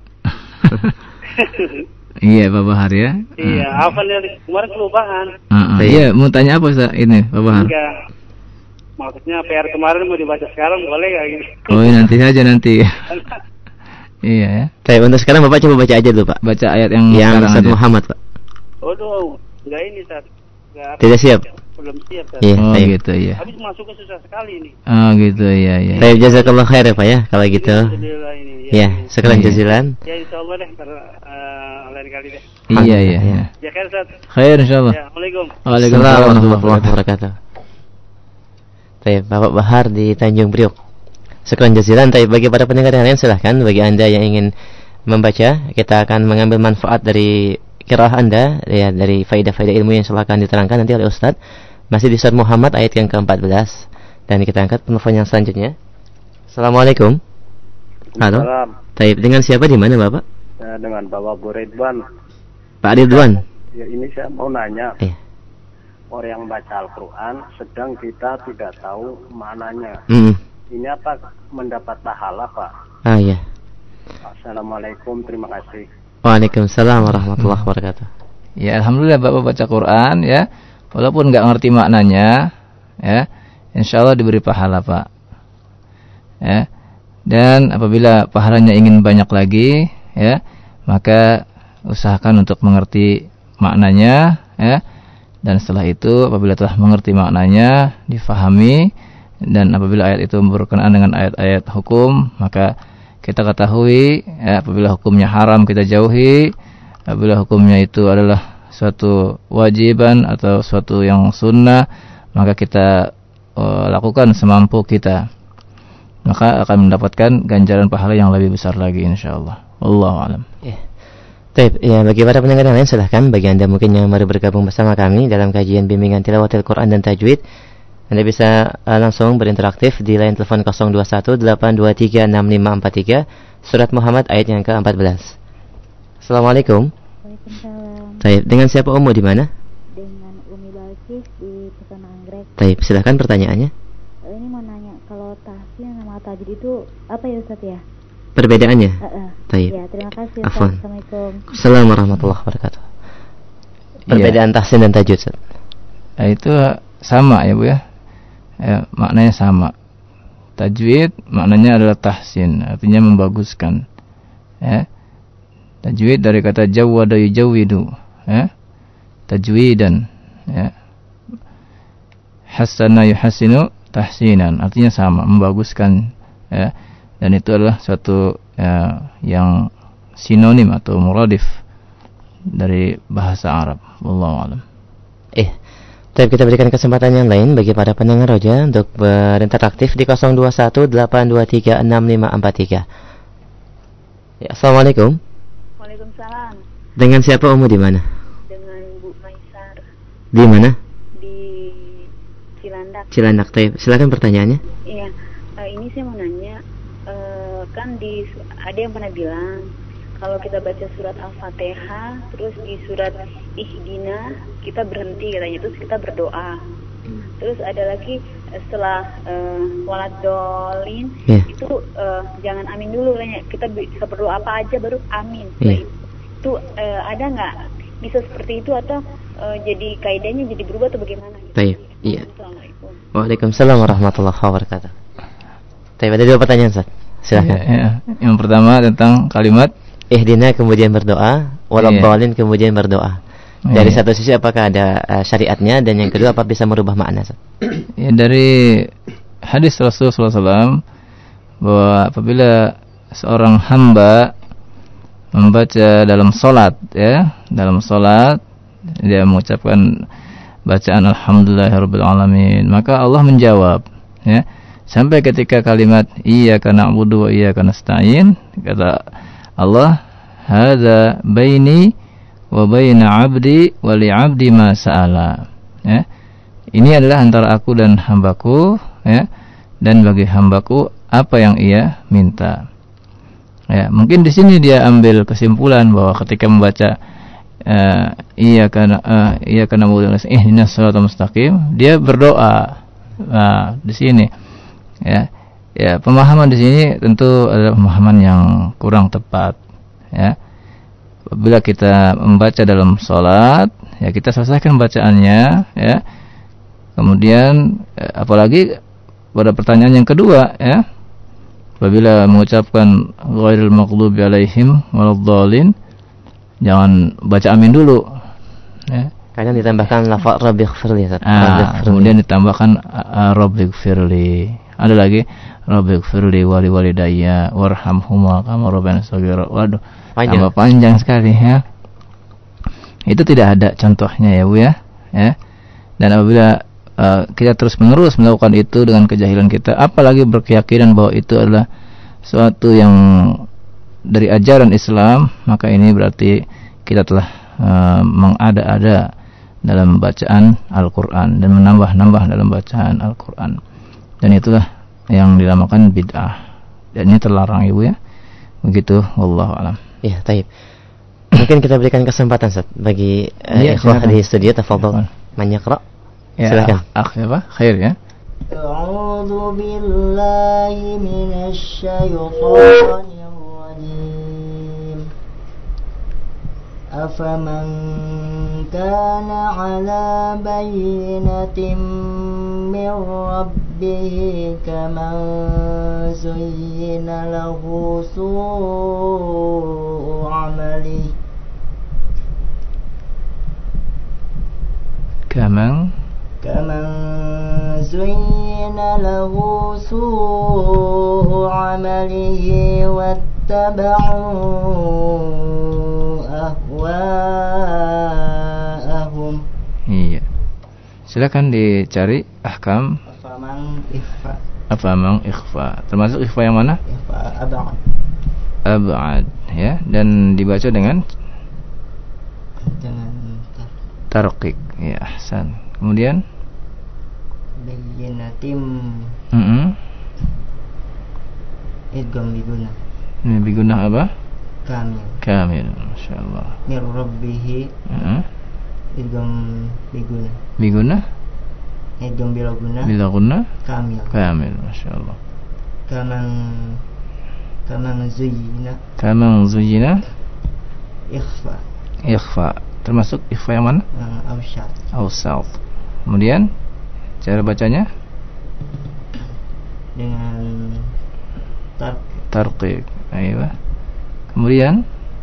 Iya Pak Bahar ya. Iya, apa nih kemarin kelupaan. Uh, uh, iya, mau tanya apa Ustaz ini Pak Bahar? Enggak. Maksudnya P R kemarin mau dibaca sekarang boleh enggak gitu? Oh, nanti saja nanti. Iya ya. Baik, untuk sekarang Bapak coba baca aja dulu Pak. Baca ayat yang yang sekarang Ustaz aja. Muhammad Pak. Waduh, enggak ini Ustaz. Enggak. Tidak siap. Belum siap Ustaz. Iya, Oh baik. gitu ya. Habis masuknya susah sekali ini. Oh gitu ya ya. Baik, jazakallah khair ya Pak ya kalau gitu. Alhamdulillah ini. Ya, sekalian Iya. jazilan. Ya insyaallah deh per uh, lain kali deh. Iya iya. Iya. Ya khair Ustaz. Khair insyaallah. Ya, Assalamualaikum. Waalaikumsalam warahmatullahi wabarakatuh. Baik, Bapak Bahar di Tanjung Priok. Sekian jazilan. Tapi bagi para pendengar yang lain silahkan. Bagi Anda yang ingin membaca, kita akan mengambil manfaat dari qiraah Anda ya, dari faedah-faedah ilmu yang silahkan diterangkan nanti oleh Ustaz. Masih di surat Muhammad ayat yang keempat belas. Dan kita angkat penelpon yang selanjutnya. Assalamualaikum. Halo. Salam. Taib, dengan siapa di mana Bapak? Ya, dengan Bapak Bu Ridwan. Pak Ridwan. Ya, ini saya mau nanya. Iya. Orang yang baca Al-Quran sedang kita tidak tahu maknanya. Hmm. Ini apa mendapat pahala, Pak? Ah iya. Assalamualaikum, terima kasih. Waalaikumsalam warahmatullahi wabarakatuh. Ya alhamdulillah Bapak baca Quran ya, walaupun nggak ngerti maknanya, ya, insya Allah diberi pahala Pak. Ya, dan apabila pahalanya ingin banyak lagi, ya, maka usahakan untuk mengerti maknanya, ya, dan setelah itu apabila telah mengerti maknanya, difahami, dan apabila ayat itu berkenaan dengan ayat-ayat hukum, maka kita ketahui ya, apabila hukumnya haram kita jauhi, apabila hukumnya itu adalah suatu wajiban atau suatu yang sunnah, maka kita uh, lakukan semampu kita, maka akan mendapatkan ganjaran pahala yang lebih besar lagi insyaallah. Wallahu a'lam. Ya. Baik, ya bagi para pendengar yang lain silahkan. Bagi Anda mungkin yang baru bergabung bersama kami dalam kajian bimbingan tilawatil Quran dan tajwid, Anda bisa uh, langsung berinteraktif di line telepon nol dua satu delapan dua tiga enam lima empat tiga, surat Muhammad ayat yang ke empat belas. Assalamualaikum. Waalaikumsalam. Taib, dengan siapa Umu di mana? Dengan Umi Balkis di Pesona Anggrek. Taib, silahkan pertanyaannya. Eh, Ini mau nanya, kalau tahsin sama tajwid itu apa ya Ustaz ya? Perbedaannya? Eh, eh. Taib. Ya, terima kasih Ustaz. Afwan. Assalamualaikum. Assalamualaikum warahmatullahi wabarakatuh. Perbedaan tahsin dan tajwid, Ustaz. Ya, itu sama ya Bu ya. Ya, maknanya sama. Tajwid maknanya adalah tahsin, artinya membaguskan. Ya. Tajwid dari kata jawwada yujawwidu, ya. Tajwidan, ya. Hasana yuhasinu tahsinan, artinya sama, membaguskan, ya. Dan itu adalah suatu ya, yang sinonim atau muradif dari bahasa Arab. Wallahu a'lam. Eh, tapi kita berikan kesempatan yang lain bagi para pendengar Roja untuk berinteraktif di nol dua satu delapan dua tiga enam lima empat tiga. Ya, Assalamualaikum. Waalaikumsalam. Dengan siapa Umu di mana? Dengan Bu Maisar Di mana? di Cilandak. Cilandak. Taib. Silakan pertanyaannya. Iya, eh, ini saya mau nanya, eh, kan di ada yang pernah bilang kalau kita baca surat Al-Fatihah terus di surat Ihdina kita berhenti katanya, terus kita berdoa. Terus ada lagi eh, setelah eh, waladolin Yeah. itu eh, jangan amin dulu katanya, kita bisa berdoa apa aja baru amin. Yeah. Itu eh, ada nggak bisa seperti itu atau eh, jadi kaidahnya jadi berubah atau bagaimana? Gitu? Taib. Iya. Assalamualaikum. Waalaikumsalam warahmatullahi wabarakatuh. Taib, ada dua pertanyaan, Ustaz. Silakan. Ya, ya. Yang pertama tentang kalimat Ihdina kemudian berdoa, waladhdallin kemudian berdoa. Dari Iya. satu sisi apakah ada uh, syariatnya, dan yang kedua apa bisa merubah makna? Ya, dari hadis Rasulullah shallallahu alaihi wasallam bahwa apabila seorang hamba membaca dalam solat, ya, dalam solat dia mengucapkan bacaan alhamdulillahirabbil alamin, maka Allah menjawab, ya, sampai ketika kalimat iyyaka na'budu wa iyyaka nasta'in, kata Allah, hadza baini wa baina 'abdi wa li 'abdi ma sa'ala. Ya. Ini adalah antara aku dan hambaku, ya, dan bagi hambaku apa yang ia minta. Ya, mungkin di sini dia ambil kesimpulan bahwa ketika membaca uh, iyyaka uh, iyyaka na'budu wa ihdinas shiratal mustaqim, dia berdoa. Nah, di sini, ya. Ya, pemahaman di sini tentu adalah pemahaman yang kurang tepat, ya. Apabila kita membaca dalam sholat, ya kita selesaikan bacaannya, ya. Kemudian, apalagi pada pertanyaan yang kedua, ya, apabila mengucapkan ghairil maghdubi alaihim waladdallin, jangan baca amin dulu. Ya. Kadang ditambahkan lafaz rabbighfirli. Ah, kemudian ditambahkan rabbighfirli. Ada lagi rabbighfirli wali walidayya warhamhuma kama rabbayani shaghira. Waduh, panjang. Tambah panjang sekali ya. Itu tidak ada contohnya ya Bu ya. Ya. Dan apabila uh, kita terus menerus melakukan itu dengan kejahilan kita, apalagi berkeyakinan bahwa itu adalah suatu yang dari ajaran Islam, maka ini berarti kita telah uh, mengada-ada dalam bacaan Al-Quran dan menambah-nambah dalam bacaan Al-Quran, dan itulah yang dinamakan bid'ah, dan ini terlarang Ibu ya. Begitu, wallahu alam. Ya, taib. Mungkin kita berikan kesempatan Ustaz bagi uh, ya, ikhwah di studio. Tafadhol man yaqra. Ya, silakan. Akh apa? Khair ya. A'udzu billahi minasy syaithanir rajim. أفمن كان على بينة من ربه كمن زين له سوء عمله كمن كمن زين له سوء عمله واتبعوا ahwaahum. Iya. Silakan dicari ahkam afamang ikhfa. Afamang ikhfa. Termasuk ikhfa yang mana? Ikhfa ab'ad. Ab'ad ya, dan dibaca dengan dengan tarqiq. Ya, ahsan. Kemudian bayyinatim. Heeh. Idgham biguna. Ini biguna apa? Kamil. Kamil, masyaallah. Mir rabbihi. Heeh. Idgham biguna. Biguna? Idgham bilaguna. Bilaguna? Kamil. Kamil, masyaallah. Kaman kaman zuyyina. Kaman zuyyina? Ikhfa. Ikhfa. Termasuk ikhfa yang mana? Uh, Awsat. Awsat. Kemudian cara bacanya dengan tarqiq. Tarqiq. Ayo. Kemudian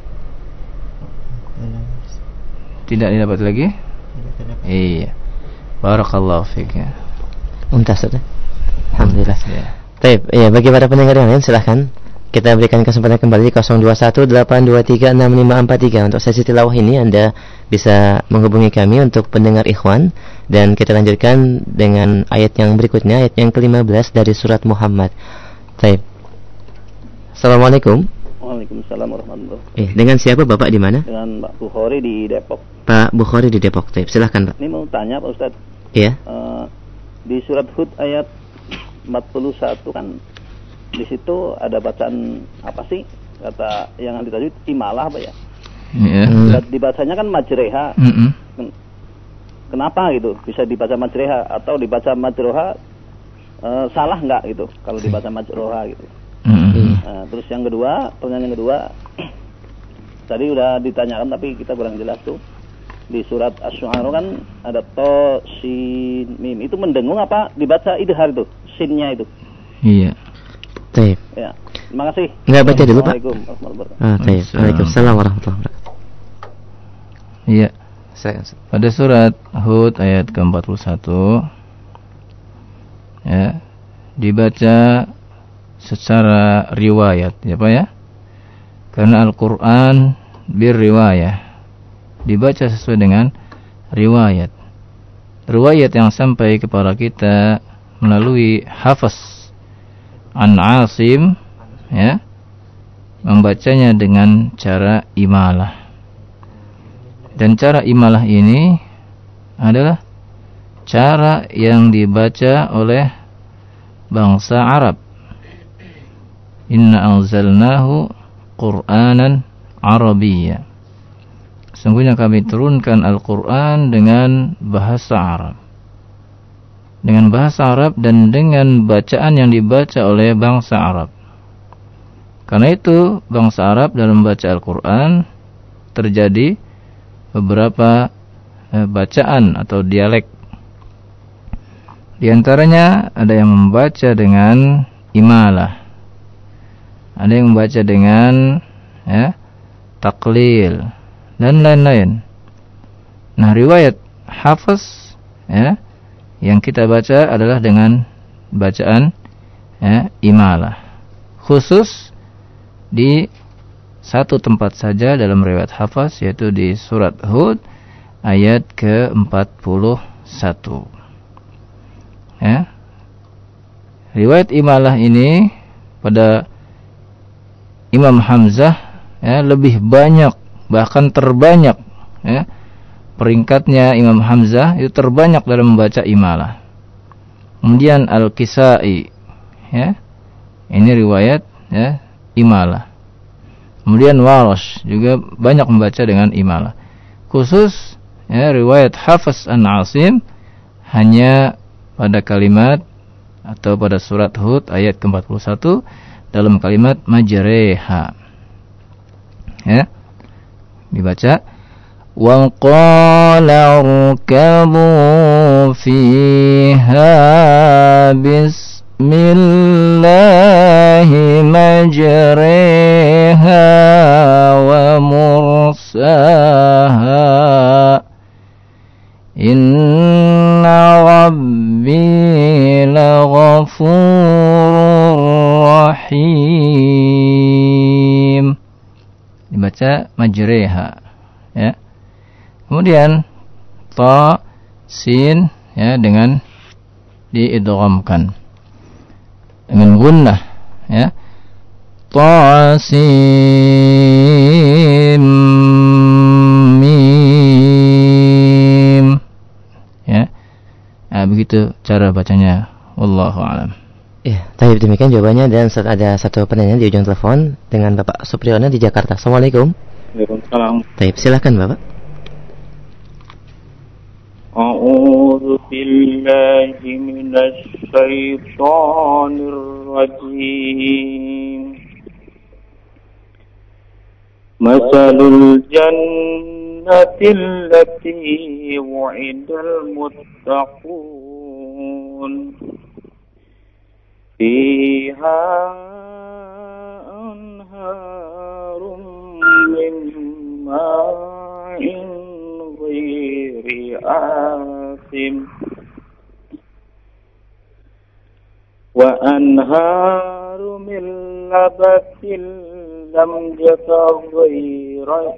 tidak didapat lagi? Tidak. Iya. Barakallahu fiik ya. Mumtaz sudah. Alhamdulillah. Ya. Baik, ya bagi para pendengar yang lain silahkan kita berikan kesempatan kembali di nol dua satu delapan dua tiga enam lima empat tiga untuk sesi tilawah ini. Anda bisa menghubungi kami untuk pendengar ikhwan, dan kita lanjutkan dengan ayat yang berikutnya, ayat yang kelima belas dari surat Muhammad. Baik. Assalamualaikum. Waalaikumsalam warahmatullahi wabarakatuh. Eh, dengan siapa Bapak di mana? Dengan Pak Bukhari di Depok. Pak Bukhari di Depok. Baik, silakan Pak. Ini mau tanya Pak Ustaz. Iya. Uh, di surat Hud ayat empat puluh satu kan di situ ada bacaan apa sih? Kata yang ditajwid imalah apa ya? Iya. Hmm. Dibacanya kan majreha. Mm-hmm. Kenapa gitu? Bisa dibaca majreha atau dibaca majroha? Uh, salah nggak gitu kalau dibaca majroha gitu? Mm-hmm. Nah, terus yang kedua, pertanyaan yang kedua, tadi udah ditanyakan tapi kita kurang jelas tuh. Di surat Asy-Syu'ara kan ada to, sin, mim. Itu mendengung apa dibaca idhar itu, sinnya itu? Iya. Baik. Ya, terima kasih. Enggak baca dulu Pak. Assalamualaikum warahmatullahi wabarakatuh. Ah, baik. Waalaikumsalam warahmatullahi wabarakatuh. Iya. Silakan. Pada surat Hud ayat ke empat puluh satu ya, dibaca secara riwayat ya Pak ya, karena Al-Quran birriwayah, dibaca sesuai dengan riwayat riwayat yang sampai kepada kita melalui Hafiz an Asim ya, membacanya dengan cara imalah, dan cara imalah ini adalah cara yang dibaca oleh bangsa Arab. Inna anzalnahu Qur'anan Arabiyya. Sungguhnya kami turunkan Al-Quran dengan bahasa Arab, dengan bahasa Arab dan dengan bacaan yang dibaca oleh bangsa Arab. Karena itu bangsa Arab dalam membaca Al-Quran terjadi beberapa eh, bacaan atau dialek. Di antaranya ada yang membaca dengan imalah, ada yang membaca dengan ya, taklil dan lain-lain. Nah, riwayat Hafiz ya, yang kita baca adalah dengan bacaan ya, imalah. Khusus di satu tempat saja dalam riwayat Hafiz, yaitu di surat Hud ayat ke empat puluh satu. Ya. Riwayat imalah ini pada Imam Hamzah ya, lebih banyak, bahkan terbanyak ya, peringkatnya Imam Hamzah itu terbanyak dalam membaca imalah. Kemudian Al-Kisai ya, ini riwayat ya, imalah. Kemudian Warash juga banyak membaca dengan imalah. Khusus ya, riwayat Hafiz an Asim hanya pada kalimat atau pada surat Hud ayat ke empat puluh satu dalam kalimat majreha. Ya. Dibaca wa qala rkabu fiha bismillahi majreha wa mursaha inna rabbi laghafurur rahim. Dibaca majreha ya. Kemudian ta sin ya, dengan diidghamkan dengan gunnah ya. Ta sin mim ya. Nah, begitu cara bacanya. Wallahu a'lam. Ya, tapi demikian jawabannya. Dan ada satu penanya di ujung telepon dengan Bapak Supriyono di Jakarta. Assalamualaikum. Waalaikumsalam. Baik, silakan Bapak. A'udzu billahi minasy syaithanir rajim. Masalul jannati allati wu'idal muttaqun fiha anharum min ma'in ghairi asim wa anharum min labatin lam yataghayyar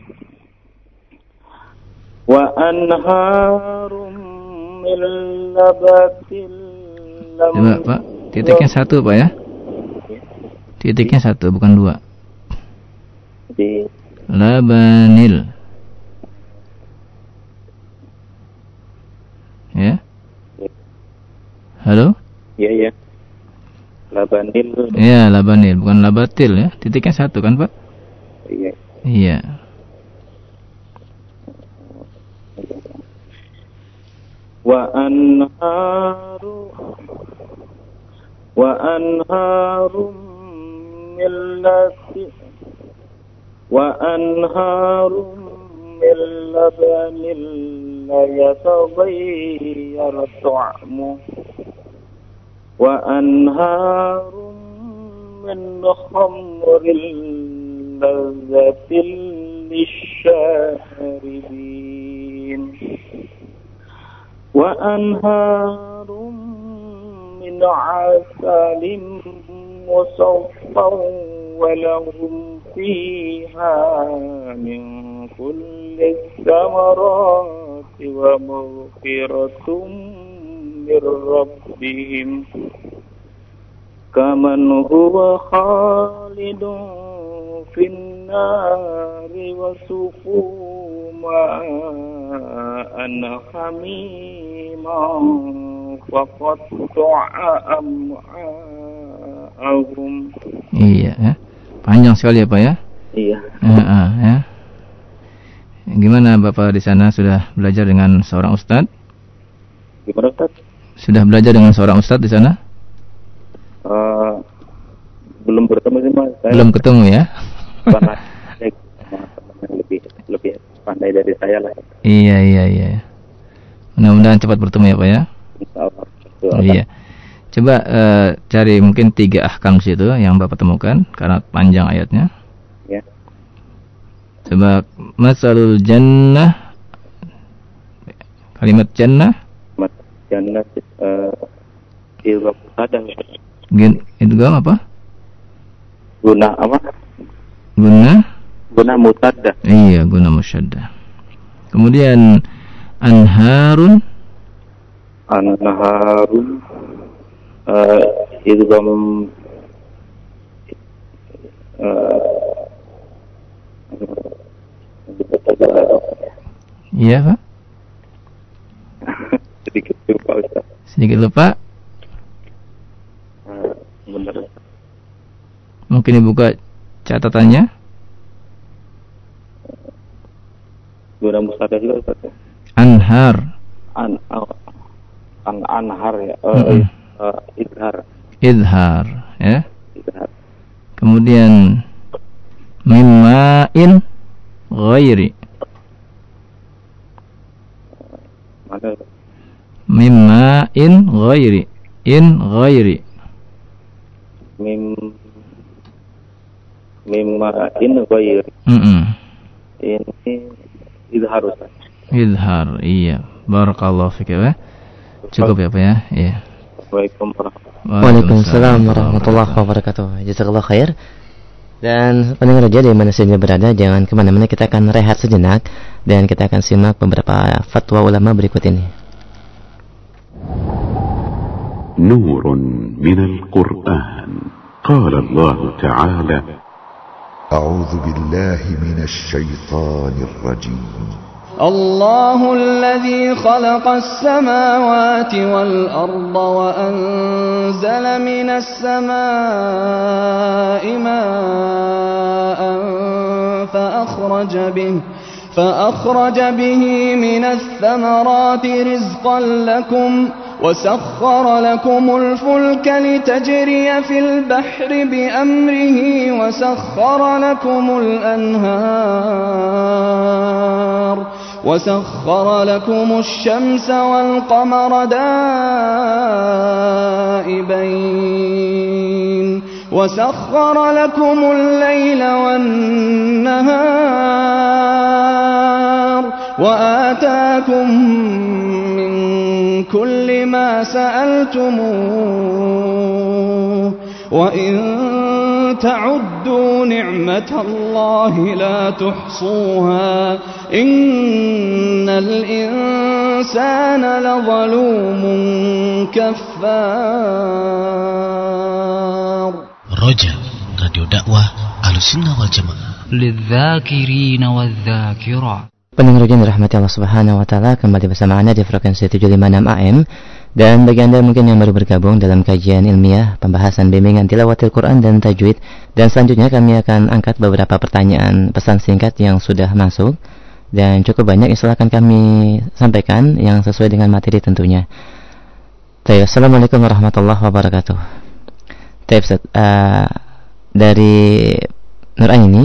wa anharum min labatin lam. Coba Pak, titiknya satu Pak ya. Titiknya satu, bukan dua. Labanil. Ya. Halo? Iya, iya. Labanil. Iya, labanil, bukan labatil ya. Titiknya satu kan, Pak? Iya. Iya. Wa anharu wa anharum millati wa anharum min labanil la yataghayyar ta'mu wa anharum min khamril lazzatil lisharibin wa anharum min 'asalin musaffan wa lahum fiha min kulli thamarati wa maghfiratum mir rabbihim kaman huwa khalidun fin nari wa suqu ma'an hamiman faqatta'a am'a'ahum. Iya ya. Panjang sekali ya Pak ya. Iya. Uh, uh, ya. Gimana Bapak di sana, sudah belajar dengan seorang ustadz? Gimana Ustaz? Sudah belajar dengan seorang ustadz di sana? Uh, belum bertemu sih Mas. Saya belum ketemu ya? sama teman lebih lebih pandai dari saya lah. Iya iya iya. Mudah-mudahan cepat bertemu ya Pak ya. Insyaallah. Iya. Coba uh, cari mungkin tiga ahkam situ yang Bapak temukan karena panjang ayatnya. Ya. Coba masalul jannah Kalimat jannah Kalimat jannah uh, idgham musaddah. Gen, idgham apa? Guna apa? Guna Guna musaddah. Iya, guna musyaddah. Kemudian anharun Anharun uh, idgham uh, iya Pak? Sedikit lupa Ustaz. Sedikit lupa? Uh, benar. Mungkin dibuka catatannya. Guna musaddah juga Ustaz. Anhar. An uh, an anhar ya. Uh, Mm-hmm. uh, idhar. Idhar, ya. Idhar. Kemudian mimma'in ghairi. Mana? Mimma'in ghairi. In ghairi. Mim mimma in ghairi. Mm-mm. Ini idhar Ustaz. Idhar, iya. Barakallahu fik ya. Cukup ya Pak ya. Iya. Assalamualaikum warahmatullahi Waalaikumsalam warahmatullahi wabarakatuh. Jazakallah khair. Dan pendengar raja di mana saja berada, jangan kemana-mana, kita akan rehat sejenak dan kita akan simak beberapa fatwa ulama berikut ini. Nurun minal Qur'an. Qala Allah Ta'ala أعوذ بالله من الشيطان الرجيم الله الذي خلق السماوات والأرض وأنزل من السماء ماء فأخرج به فأخرج به من الثمرات رزقا لكم وسخر لكم الفلك لتجري في البحر بأمره وسخر لكم الأنهار وسخر لكم الشمس والقمر دائبين وسخر لكم الليل والنهار وآتاكم من كل ما سألتموه وإن تعدوا نعمة الله لا تحصوها إن الإنسان لظلوم كفار. Roja, Radio Dakwah Ahlussunnah wal Jamaah. Lidzakirina wadzakirat. Pendengar yang dirahmati Allah Subhanahu wa taala, kembali bersama Anda di frekuensi tujuh lima enam A M. Dan bagi Anda mungkin yang baru bergabung dalam kajian ilmiah pembahasan bimbingan tilawatil Quran dan tajwid, dan selanjutnya kami akan angkat beberapa pertanyaan pesan singkat yang sudah masuk dan cukup banyak yang silakan kami sampaikan yang sesuai dengan materi tentunya. Baik, Assalamualaikum warahmatullahi wabarakatuh. Baik, uh, dari Nur Aini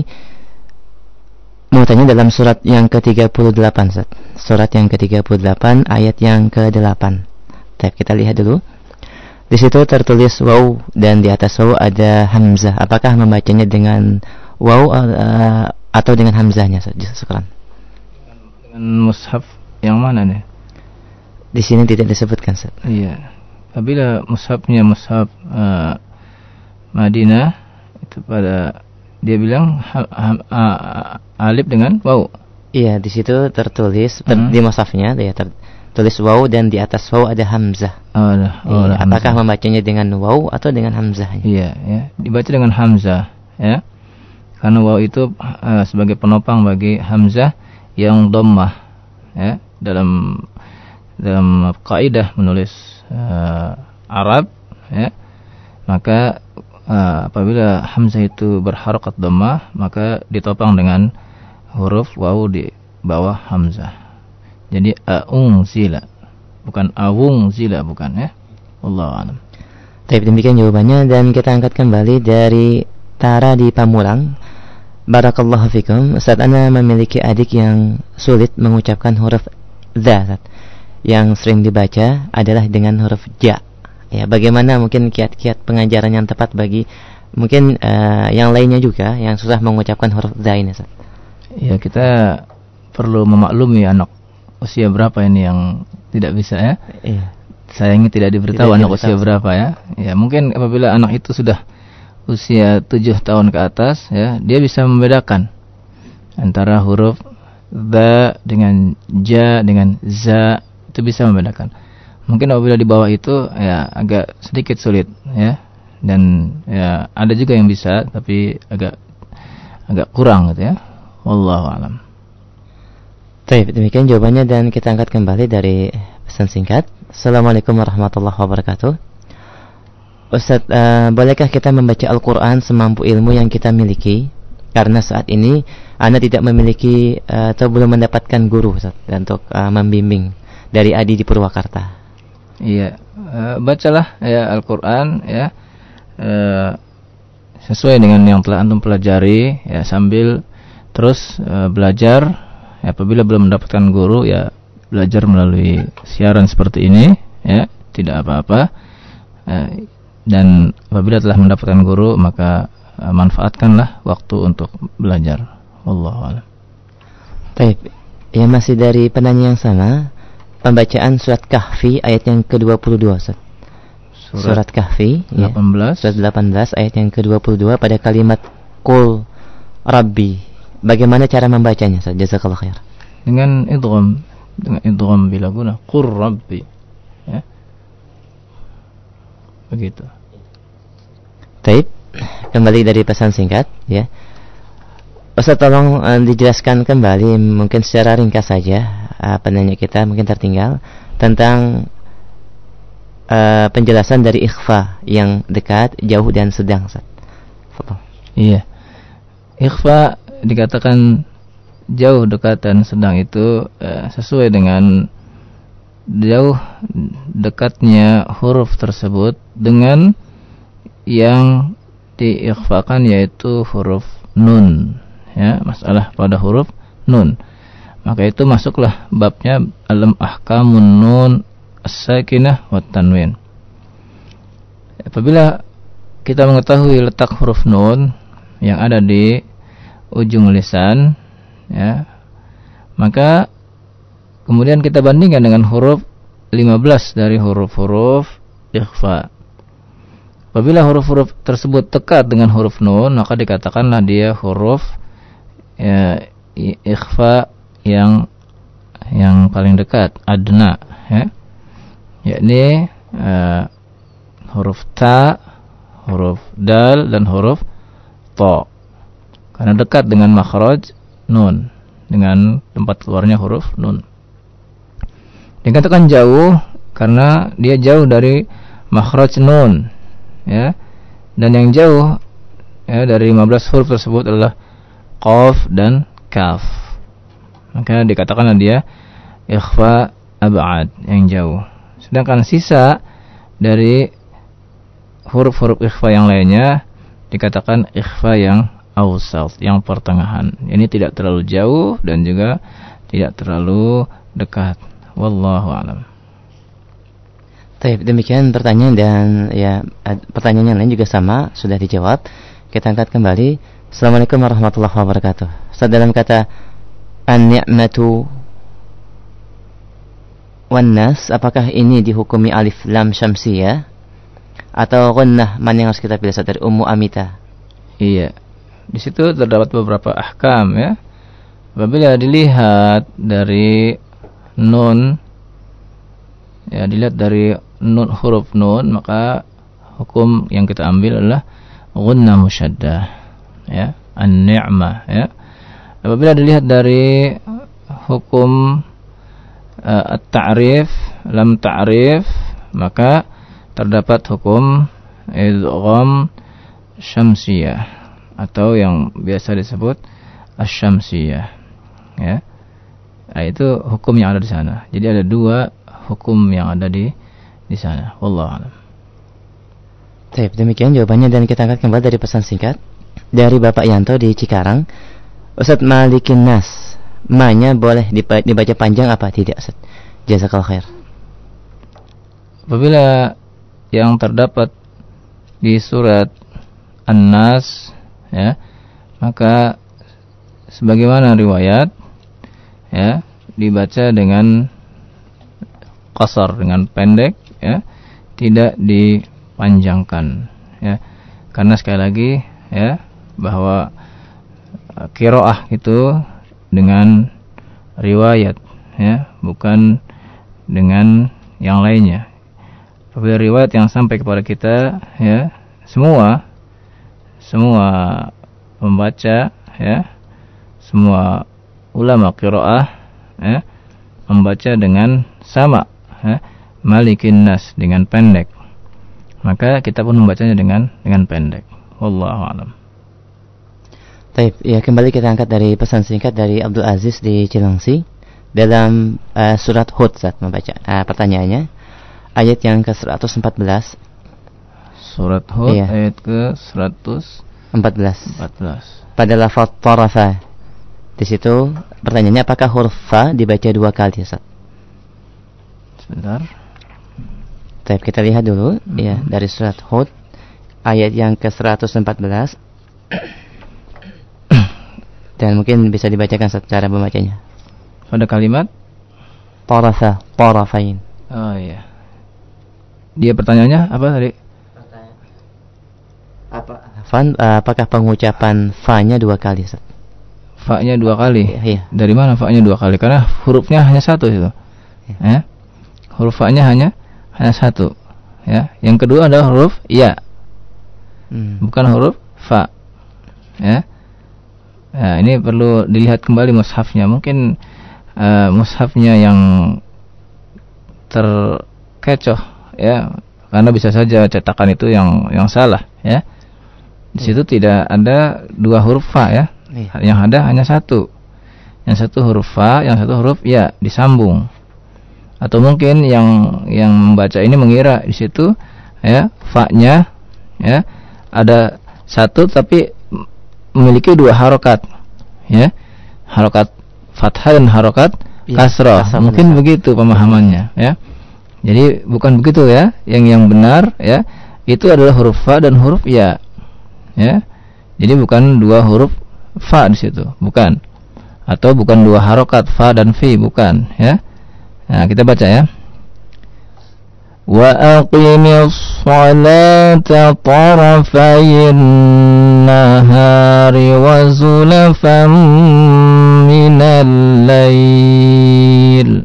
mau tanya dalam surat yang ke tiga puluh delapan, Ustaz. Surat yang ke tiga puluh delapan ayat yang ke delapan. Baik, kita lihat dulu. Di situ tertulis waw dan di atas waw ada hamzah. Apakah membacanya dengan waw uh, atau dengan hamzahnya, sekarang? Dengan mushaf yang mana nih? Di sini tidak disebutkan, Ustaz. Iya. Apabila mushafnya mushaf uh, Madinah itu pada dia bilang ha, ha, ha, alif dengan waw. Iya, di situ tertulis ter, hmm. di mushafnya ya tertulis waw dan di atas waw ada hamzah. Oh, ada. Oh, iya, ada apakah hamzah. membacanya dengan waw atau dengan hamzahnya? Iya, ya. Dibaca dengan hamzah, ya. Karena waw itu uh, sebagai penopang bagi hamzah yang dhammah, ya. Dalam dalam kaidah menulis uh, Arab, ya. Maka Uh, apabila hamzah itu berharakat dhammah, maka ditopang dengan huruf waw di bawah hamzah. Jadi aunzila, bukan awunzila, bukan, ya. Wallahu a'lam. Baik, demikian jawabannya, dan kita angkat kembali dari Tara di Pamulang. Barakallahu fikum. Ustaz, Anda memiliki adik yang sulit mengucapkan huruf dza. Yang sering dibaca adalah dengan huruf ja. Ya, bagaimana mungkin kiat-kiat pengajaran yang tepat bagi mungkin uh, yang lainnya juga yang susah mengucapkan huruf dza ini, Ustaz? Ya, kita perlu memaklumi anak usia berapa ini yang tidak bisa ya? Iya. Sayangnya tidak diberitahu Tidak anak diberitahu. usia berapa ya. Ya, mungkin apabila anak itu sudah usia tujuh tahun ke atas ya, dia bisa membedakan antara huruf za dengan ja dengan za, itu bisa membedakan. Mungkin apabila di bawah itu ya agak sedikit sulit ya. Dan ya ada juga yang bisa tapi agak agak kurang gitu ya. Wallahu alam. Baik, demikian jawabannya dan kita angkat kembali dari pesan singkat. Assalamualaikum warahmatullahi wabarakatuh. Ustaz, uh, bolehkah kita membaca Al-Quran semampu ilmu yang kita miliki? Karena saat ini Anda tidak memiliki uh, atau belum mendapatkan guru, Ustaz, untuk uh, membimbing dari Adi di Purwakarta. Iya, uh, bacalah ya Al-Quran ya uh, sesuai dengan yang telah antum pelajari ya, sambil terus uh, belajar ya, apabila belum mendapatkan guru ya belajar melalui siaran seperti ini ya, tidak apa-apa. Uh, dan apabila telah mendapatkan guru maka uh, manfaatkanlah waktu untuk belajar. Wallahu a'lam. Baik, ya masih dari penanya yang sama, pembacaan surat Kahfi ayat yang ke dua puluh dua, Ustaz. Surat, surat Kahfi delapan belas ya, surat delapan belas ayat yang ke dua puluh dua pada kalimat Qul Rabbi. Bagaimana cara membacanya, Ustaz? Jazakallahu khair. Dengan idgham, dengan idgham bila guna Qur Rabbi ya. Begitu. Baik, kembali dari pesan singkat ya. Ustaz, tolong uh, dijelaskan kembali mungkin secara ringkas saja, uh, penanya kita mungkin tertinggal tentang uh, penjelasan dari ikhfa yang dekat, jauh dan sedang, Ustaz. Iya. Ikhfa dikatakan jauh, dekat dan sedang itu uh, sesuai dengan jauh dekatnya huruf tersebut dengan yang diikhfakan, yaitu huruf nun ya, masalah pada huruf nun. Maka itu masuklah babnya alam ahkamun nun as-sakinah wat tanwin. Apabila kita mengetahui letak huruf nun yang ada di ujung lisan ya, maka kemudian kita bandingkan dengan huruf lima belas dari huruf-huruf ikhfa. Apabila huruf-huruf tersebut dekat dengan huruf nun, maka dikatakanlah dia huruf ya, ikhfa yang yang paling dekat, adna ya. Yakni uh, huruf ta, huruf dal dan huruf ta. Karena dekat dengan makhraj nun, dengan tempat keluarnya huruf nun. Dikatakan jauh karena dia jauh dari makhraj nun ya. Dan yang jauh ya dari lima belas huruf tersebut adalah qaf dan kaf. Maka dikatakanlah dia ikhfa ab'ad, yang jauh. Sedangkan sisa dari huruf-huruf ikhfa yang lainnya dikatakan ikhfa yang awsat, yang pertengahan. Ini tidak terlalu jauh dan juga tidak terlalu dekat. Wallahu a'lam. Baik, demikian pertanyaan, dan ya pertanyaan yang lain juga sama sudah dijawab. Kita angkat kembali. Assalamualaikum warahmatullahi wabarakatuh. Ustaz, dalam kata an-ni'matu wan-nas, apakah ini dihukumi alif lam syamsiyah atau gunnah? Mana yang harus kita pilih, Ustaz, dari Ummu Amita? Iya. Di situ terdapat beberapa ahkam ya. Apabila dilihat dari nun ya, dilihat dari nun, huruf nun, maka hukum yang kita ambil adalah gunnah musyaddah ya, an-ni'mah ya. Apabila dilihat dari hukum uh, at-ta'rif, lam ta'rif, maka terdapat hukum idgham syamsiyah atau yang biasa disebut asy-syamsiyah ya. Nah, itu hukum yang ada di sana. Jadi ada dua hukum yang ada di di sana. Wallahu a'lam. Baik, demikian jawabannya, dan kita angkat kembali dari pesan singkat dari Bapak Yanto di Cikarang. Ustaz, malikin nas, ma-nya boleh dibaca panjang apa tidak, Ustaz? Jazakallahu khair. Apabila yang terdapat di surat An-Nas ya, maka sebagaimana riwayat ya, dibaca dengan qasar, dengan pendek, ya, tidak dipanjangkan, ya. Karena sekali lagi, ya, bahwa qiraah itu dengan riwayat, ya, bukan dengan yang lainnya. Apabila riwayat yang sampai kepada kita, ya, semua semua pembaca, ya, semua ulama qiraah, ya, membaca dengan sama, ya, Malikin Nas, dengan pendek. Maka kita pun membacanya dengan dengan pendek. Wallahu a'lam. Baik, ya, kembali kita angkat dari pesan singkat dari Abdul Aziz di Cilengsi dalam uh, surat Hud. Saat membaca uh, pertanyaannya, ayat yang ke seratus empat belas. Surat Hud, iya, ayat ke seratus empat belas. Pada lafaz tarafa. Di situ pertanyaannya, apakah huruf fa dibaca dua kali, Ustaz? Sebentar. Baik, kita lihat dulu, mm-hmm. ya, dari surat Hud ayat yang ke seratus empat belas. Dan mungkin bisa dibacakan secara membacanya. Pada kalimat tarafa, tarafain. Oh iya. Dia pertanyaannya apa tadi? Apa? Fan, apakah pengucapan fa-nya dua kali, Ustaz? Fa-nya dua kali? Iya, iya. Dari mana fa-nya dua kali? Karena hurufnya hanya satu itu. Iya. Ya. Huruf fa-nya hanya hanya satu. Ya. Yang kedua adalah huruf ya. Hmm. Bukan huruf fa. Ya. Nah, ini perlu dilihat kembali mushafnya. Mungkin uh, mushafnya yang terkecoh, ya, karena bisa saja cetakan itu yang yang salah, ya. Di situ tidak ada dua huruf fa, ya. Yang ada hanya satu. Yang satu huruf fa, yang satu huruf ya, disambung. Atau mungkin yang yang membaca ini mengira di situ, ya, fa-nya, ya, ada satu tapi memiliki dua harokat, ya, harokat fathah dan harokat ya, kasrah. Mungkin begitu pemahamannya, ya. Jadi bukan begitu, ya. Yang yang benar, ya, itu adalah huruf fa dan huruf ya, ya. Jadi bukan dua huruf fa di situ, bukan. Atau bukan dua harokat fa dan fi, bukan, ya. Nah, kita baca, ya. Wa aqimis salata tarafayin nahari wa zulafan minal lail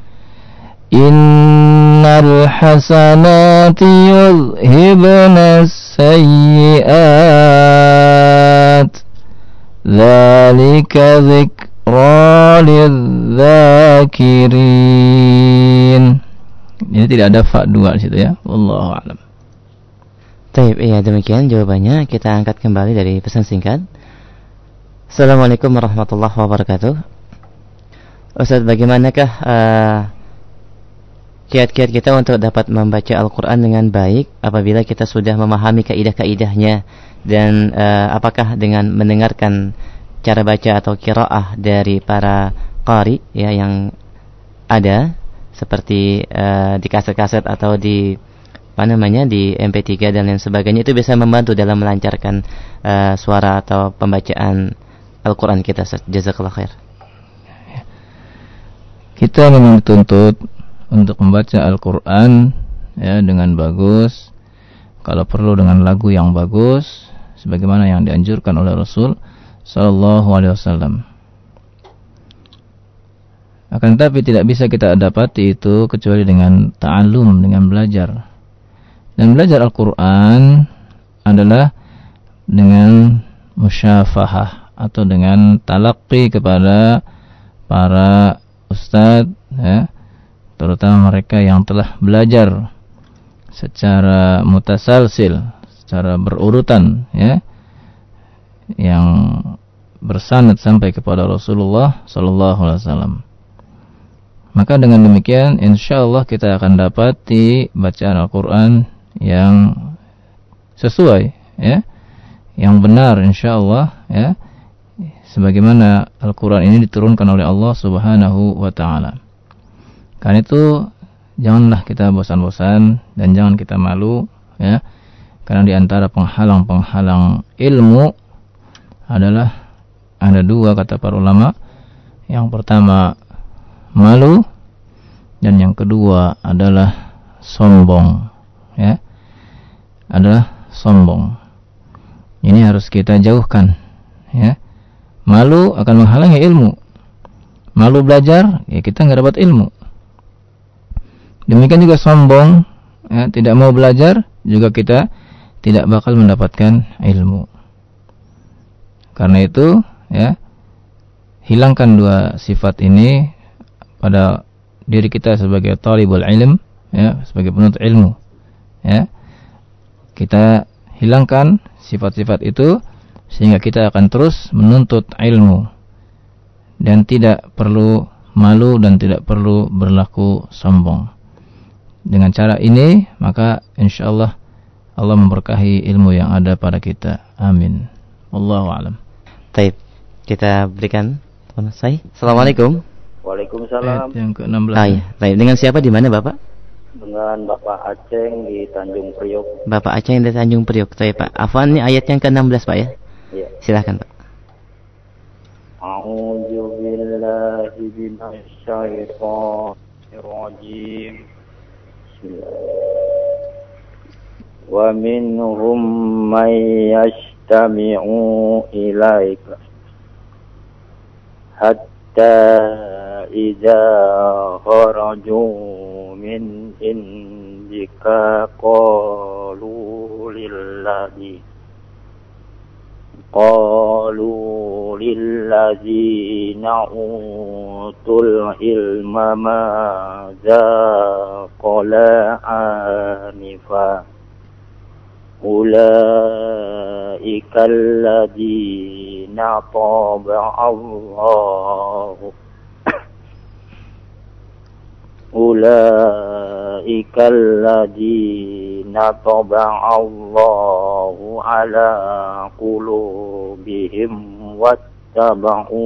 innal hasanati yudhibna sayyiat dzalika dzikra lidzakirin. Ini tidak ada fa dua di situ, ya. Wallahu a'lam. Baik, ya, demikian jawabannya. Kita angkat kembali dari pesan singkat. Assalamualaikum warahmatullahi wabarakatuh. Ustaz, bagaimanakah uh, kiat-kiat kita untuk dapat membaca Al-Quran dengan baik apabila kita sudah memahami kaidah-kaidahnya, dan uh, apakah dengan mendengarkan cara baca atau qiraah dari para qari, ya, yang ada seperti uh, di kaset-kaset atau di apa namanya di M P tiga dan lain sebagainya, itu bisa membantu dalam melancarkan uh, suara atau pembacaan Al-Quran kita. Jazakallah khair. Kita memang dituntut untuk membaca Al-Quran, ya, dengan bagus, kalau perlu dengan lagu yang bagus, sebagaimana yang dianjurkan oleh Rasul Sallallahu Alaihi Wasallam. Akan tetapi tidak bisa kita dapati itu kecuali dengan ta'allum, dengan belajar. Dan belajar Al-Quran adalah dengan musyafahah atau dengan talaqi kepada para ustadz, ya, terutama mereka yang telah belajar secara mutasalsil, secara berurutan, ya, yang bersanad sampai kepada Rasulullah Sallallahu Alaihi Wasallam. Maka dengan demikian insyaallah kita akan dapati bacaan Al-Quran yang sesuai, ya, yang benar insyaallah, ya, sebagaimana Al-Quran ini diturunkan oleh Allah Subhanahu wa taala. Karena itu janganlah kita bosan-bosan dan jangan kita malu, ya, karena di antara penghalang-penghalang ilmu adalah ada dua, kata para ulama. Yang pertama malu, dan yang kedua adalah sombong, ya, adalah sombong. Ini harus kita jauhkan, ya. Malu akan menghalangi ilmu. Malu belajar, ya kita nggak dapat ilmu. Demikian juga sombong, ya, tidak mau belajar, juga kita tidak bakal mendapatkan ilmu. Karena itu, ya, hilangkan dua sifat ini pada diri kita sebagai talibul ilm, ya, sebagai penuntut ilmu, ya. Kita hilangkan sifat-sifat itu sehingga kita akan terus menuntut ilmu dan tidak perlu malu dan tidak perlu berlaku sombong. Dengan cara ini, maka insyaallah Allah memberkahi ilmu yang ada pada kita. Amin. Wallahu a'lam. Baik, kita berikan teman saya. Assalamualaikum. Waalaikumsalam. Ayat yang ke enam belas. Ah, ya. Baik, dengan siapa di mana, Bapak? Dengan Bapak Aceng di Tanjung Priok. Bapak Aceng di Tanjung Priok. Baik, Pak. Afwan, ini ayat yang ke enam belas, Pak, ya? Iya. Silakan, Pak. A'udzu billahi minasy syaithanir rajim. Wa minhum may yastami'u ilaika hatta idza kharaju min indika qalu lilladzi qalu lilladzina utul ilma madza qala anifa ulaika alladzina taba'allahu ulaika alladzina taba'allahu ala qulubihim wattaba'u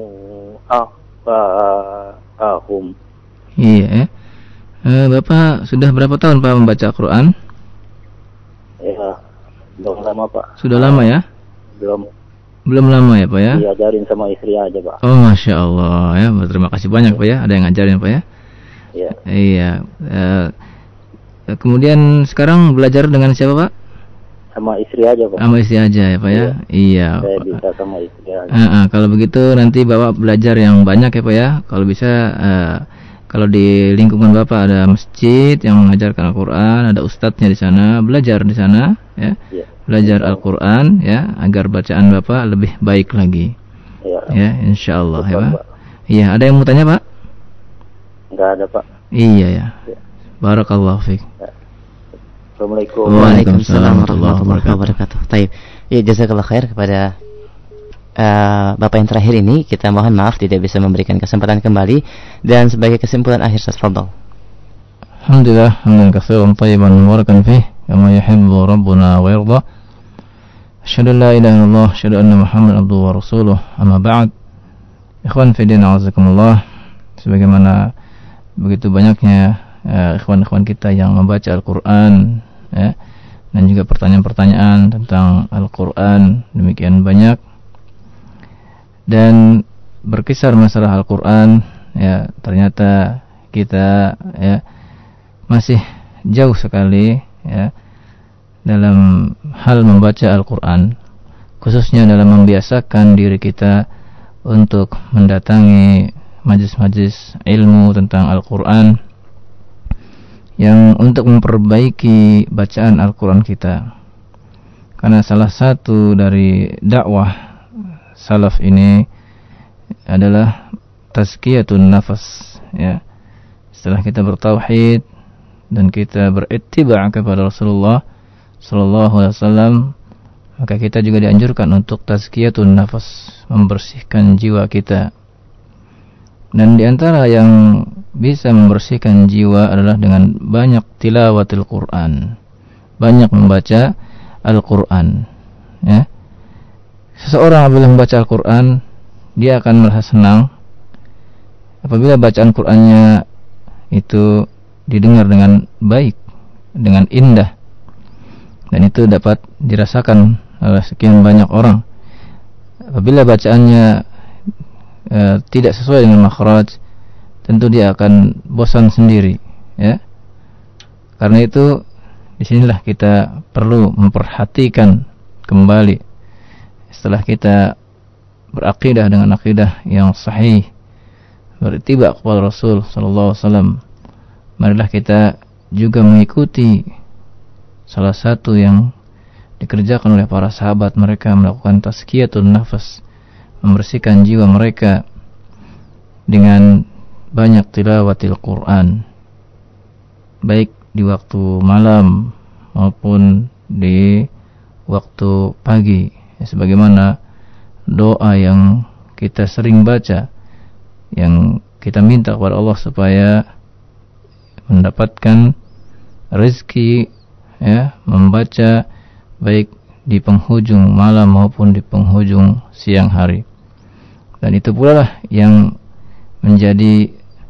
ahwa'ahum. Iya. Eh, Bapak sudah berapa tahun Pak membaca Quran? Ya, belum lama Pak. Sudah lama ya? Belum. Belum lama ya Pak ya? Diajarin sama istri aja Pak. Oh Masya Allah ya, terima kasih banyak Pak ya. Ada yang ngajarin Pak ya? Iya. Iya. Eh, kemudian sekarang belajar dengan siapa Pak? Sama istri aja Pak. Sama istri aja ya Pak ya? Iya. Saya bisa sama istri aja. Uh, uh, kalau begitu nanti Bapak belajar yang banyak ya Pak ya. Kalau bisa, uh, kalau di lingkungan Bapak ada masjid yang mengajarkan Al-Quran, ada ustadznya di sana, belajar di sana ya. Ya. Belajar Al-Quran ya, agar bacaan Bapak lebih baik lagi. Ya. Ya, insya Allah ya Pak. Iya, ada yang mau tanya Pak? Enggak ada Pak. Iya ya. Ya. Barakallahu fiik. Ya. Assalamualaikum. Waalaikumsalam warahmatullahi wabarakatuh. Baik. Ya, jazakallah khair kepada uh, Bapak yang terakhir ini. Kita mohon maaf tidak bisa memberikan kesempatan kembali, dan sebagai kesimpulan akhir tafadhol. Alhamdulillah, hamdan katsiran thayyiban mubarakan fih, kama yuhibbu rabbuna wa yarda. Asyhadu an la ilaha illallah, asyhadu anna Muhammadan abduhu wa rasuluh. Amma ba'd. Ikhwan fi din, a'azakumullah. Sebagaimana begitu banyaknya uh, ikhwan-ikhwan kita yang membaca Al-Qur'an ya, dan juga pertanyaan-pertanyaan tentang Al-Qur'an demikian banyak, dan berkisar masalah Al-Qur'an ya, ternyata kita ya masih jauh sekali ya dalam hal membaca Al-Qur'an, khususnya dalam membiasakan diri kita untuk mendatangi majlis-majlis ilmu tentang Al-Qur'an yang untuk memperbaiki bacaan Al-Quran kita. Karena salah satu dari dakwah salaf ini adalah tazkiyatun nafas ya. Setelah kita bertauhid dan kita berittiba' kepada Rasulullah sallallahu alaihi wasallam, maka kita juga dianjurkan untuk tazkiyatun nafas, membersihkan jiwa kita. Dan di antara yang bisa membersihkan jiwa adalah dengan banyak tilawatil Quran, banyak membaca Al-Quran ya. Seseorang apabila membaca Al-Quran, dia akan merasa senang apabila bacaan Qurannya itu didengar dengan baik, dengan indah, dan itu dapat dirasakan oleh sekian banyak orang. Apabila bacaannya e, tidak sesuai dengan makhraj, tentu dia akan bosan sendiri, ya. Karena itu disinilah kita perlu memperhatikan kembali setelah kita berakidah dengan akidah yang sahih, beritiba kepada Rasul sallallahu alaihi wasallam, marilah kita juga mengikuti salah satu yang dikerjakan oleh para sahabat. Mereka melakukan tazkiyatun nafas, membersihkan jiwa mereka dengan banyak tilawatil Quran, baik di waktu malam maupun di waktu pagi, ya, sebagaimana doa yang kita sering baca, yang kita minta kepada Allah supaya mendapatkan rezeki, ya, membaca baik di penghujung malam maupun di penghujung siang hari. Dan itu pula lah yang menjadi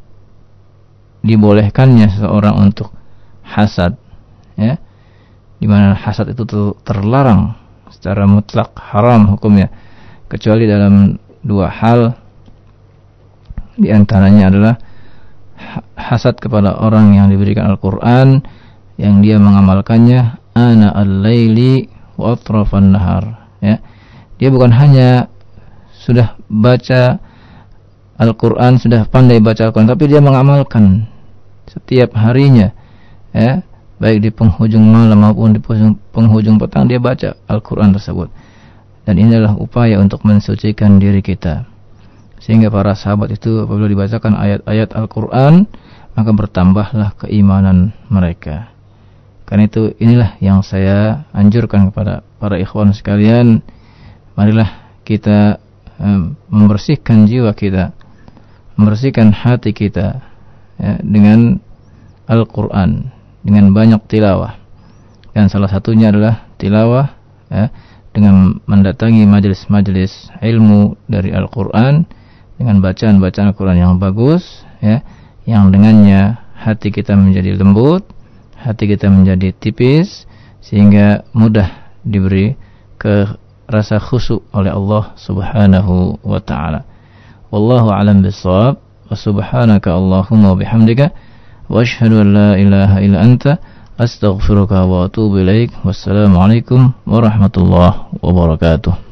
dibolehkannya seseorang untuk hasad, ya, di mana hasad itu terlarang secara mutlak, haram hukumnya, kecuali dalam dua hal. Di antaranya adalah hasad kepada orang yang diberikan Al-Quran, yang dia mengamalkannya ana al-laili wa atrafan nahar, ya. Dia bukan hanya sudah baca Al-Quran, sudah pandai baca Al-Quran, tapi dia mengamalkan setiap harinya, ya, baik di penghujung malam maupun di penghujung petang dia baca Al-Quran tersebut. Dan ini adalah upaya untuk mensucikan diri kita, sehingga para sahabat itu apabila dibacakan ayat-ayat Al-Quran, maka bertambahlah keimanan mereka. Karena itu inilah yang saya anjurkan kepada para ikhwan sekalian, marilah kita um, membersihkan jiwa kita, membersihkan hati kita, ya, dengan Al-Quran, dengan banyak tilawah. Dan salah satunya adalah tilawah, ya, dengan mendatangi majelis-majelis ilmu dari Al-Quran, dengan bacaan-bacaan Al-Quran yang bagus, ya, yang dengannya hati kita menjadi lembut, hati kita menjadi tipis, sehingga mudah diberi ke rasa khusyuk oleh Allah Subhanahu wa taala. Wallahu a'lam bissawab. Wa subhanaka Allahumma wa bihamdika wa asyhadu an la ilaha illa anta astaghfiruka wa atubu ilaik. Wassalamu alaikum warahmatullahi wabarakatuh.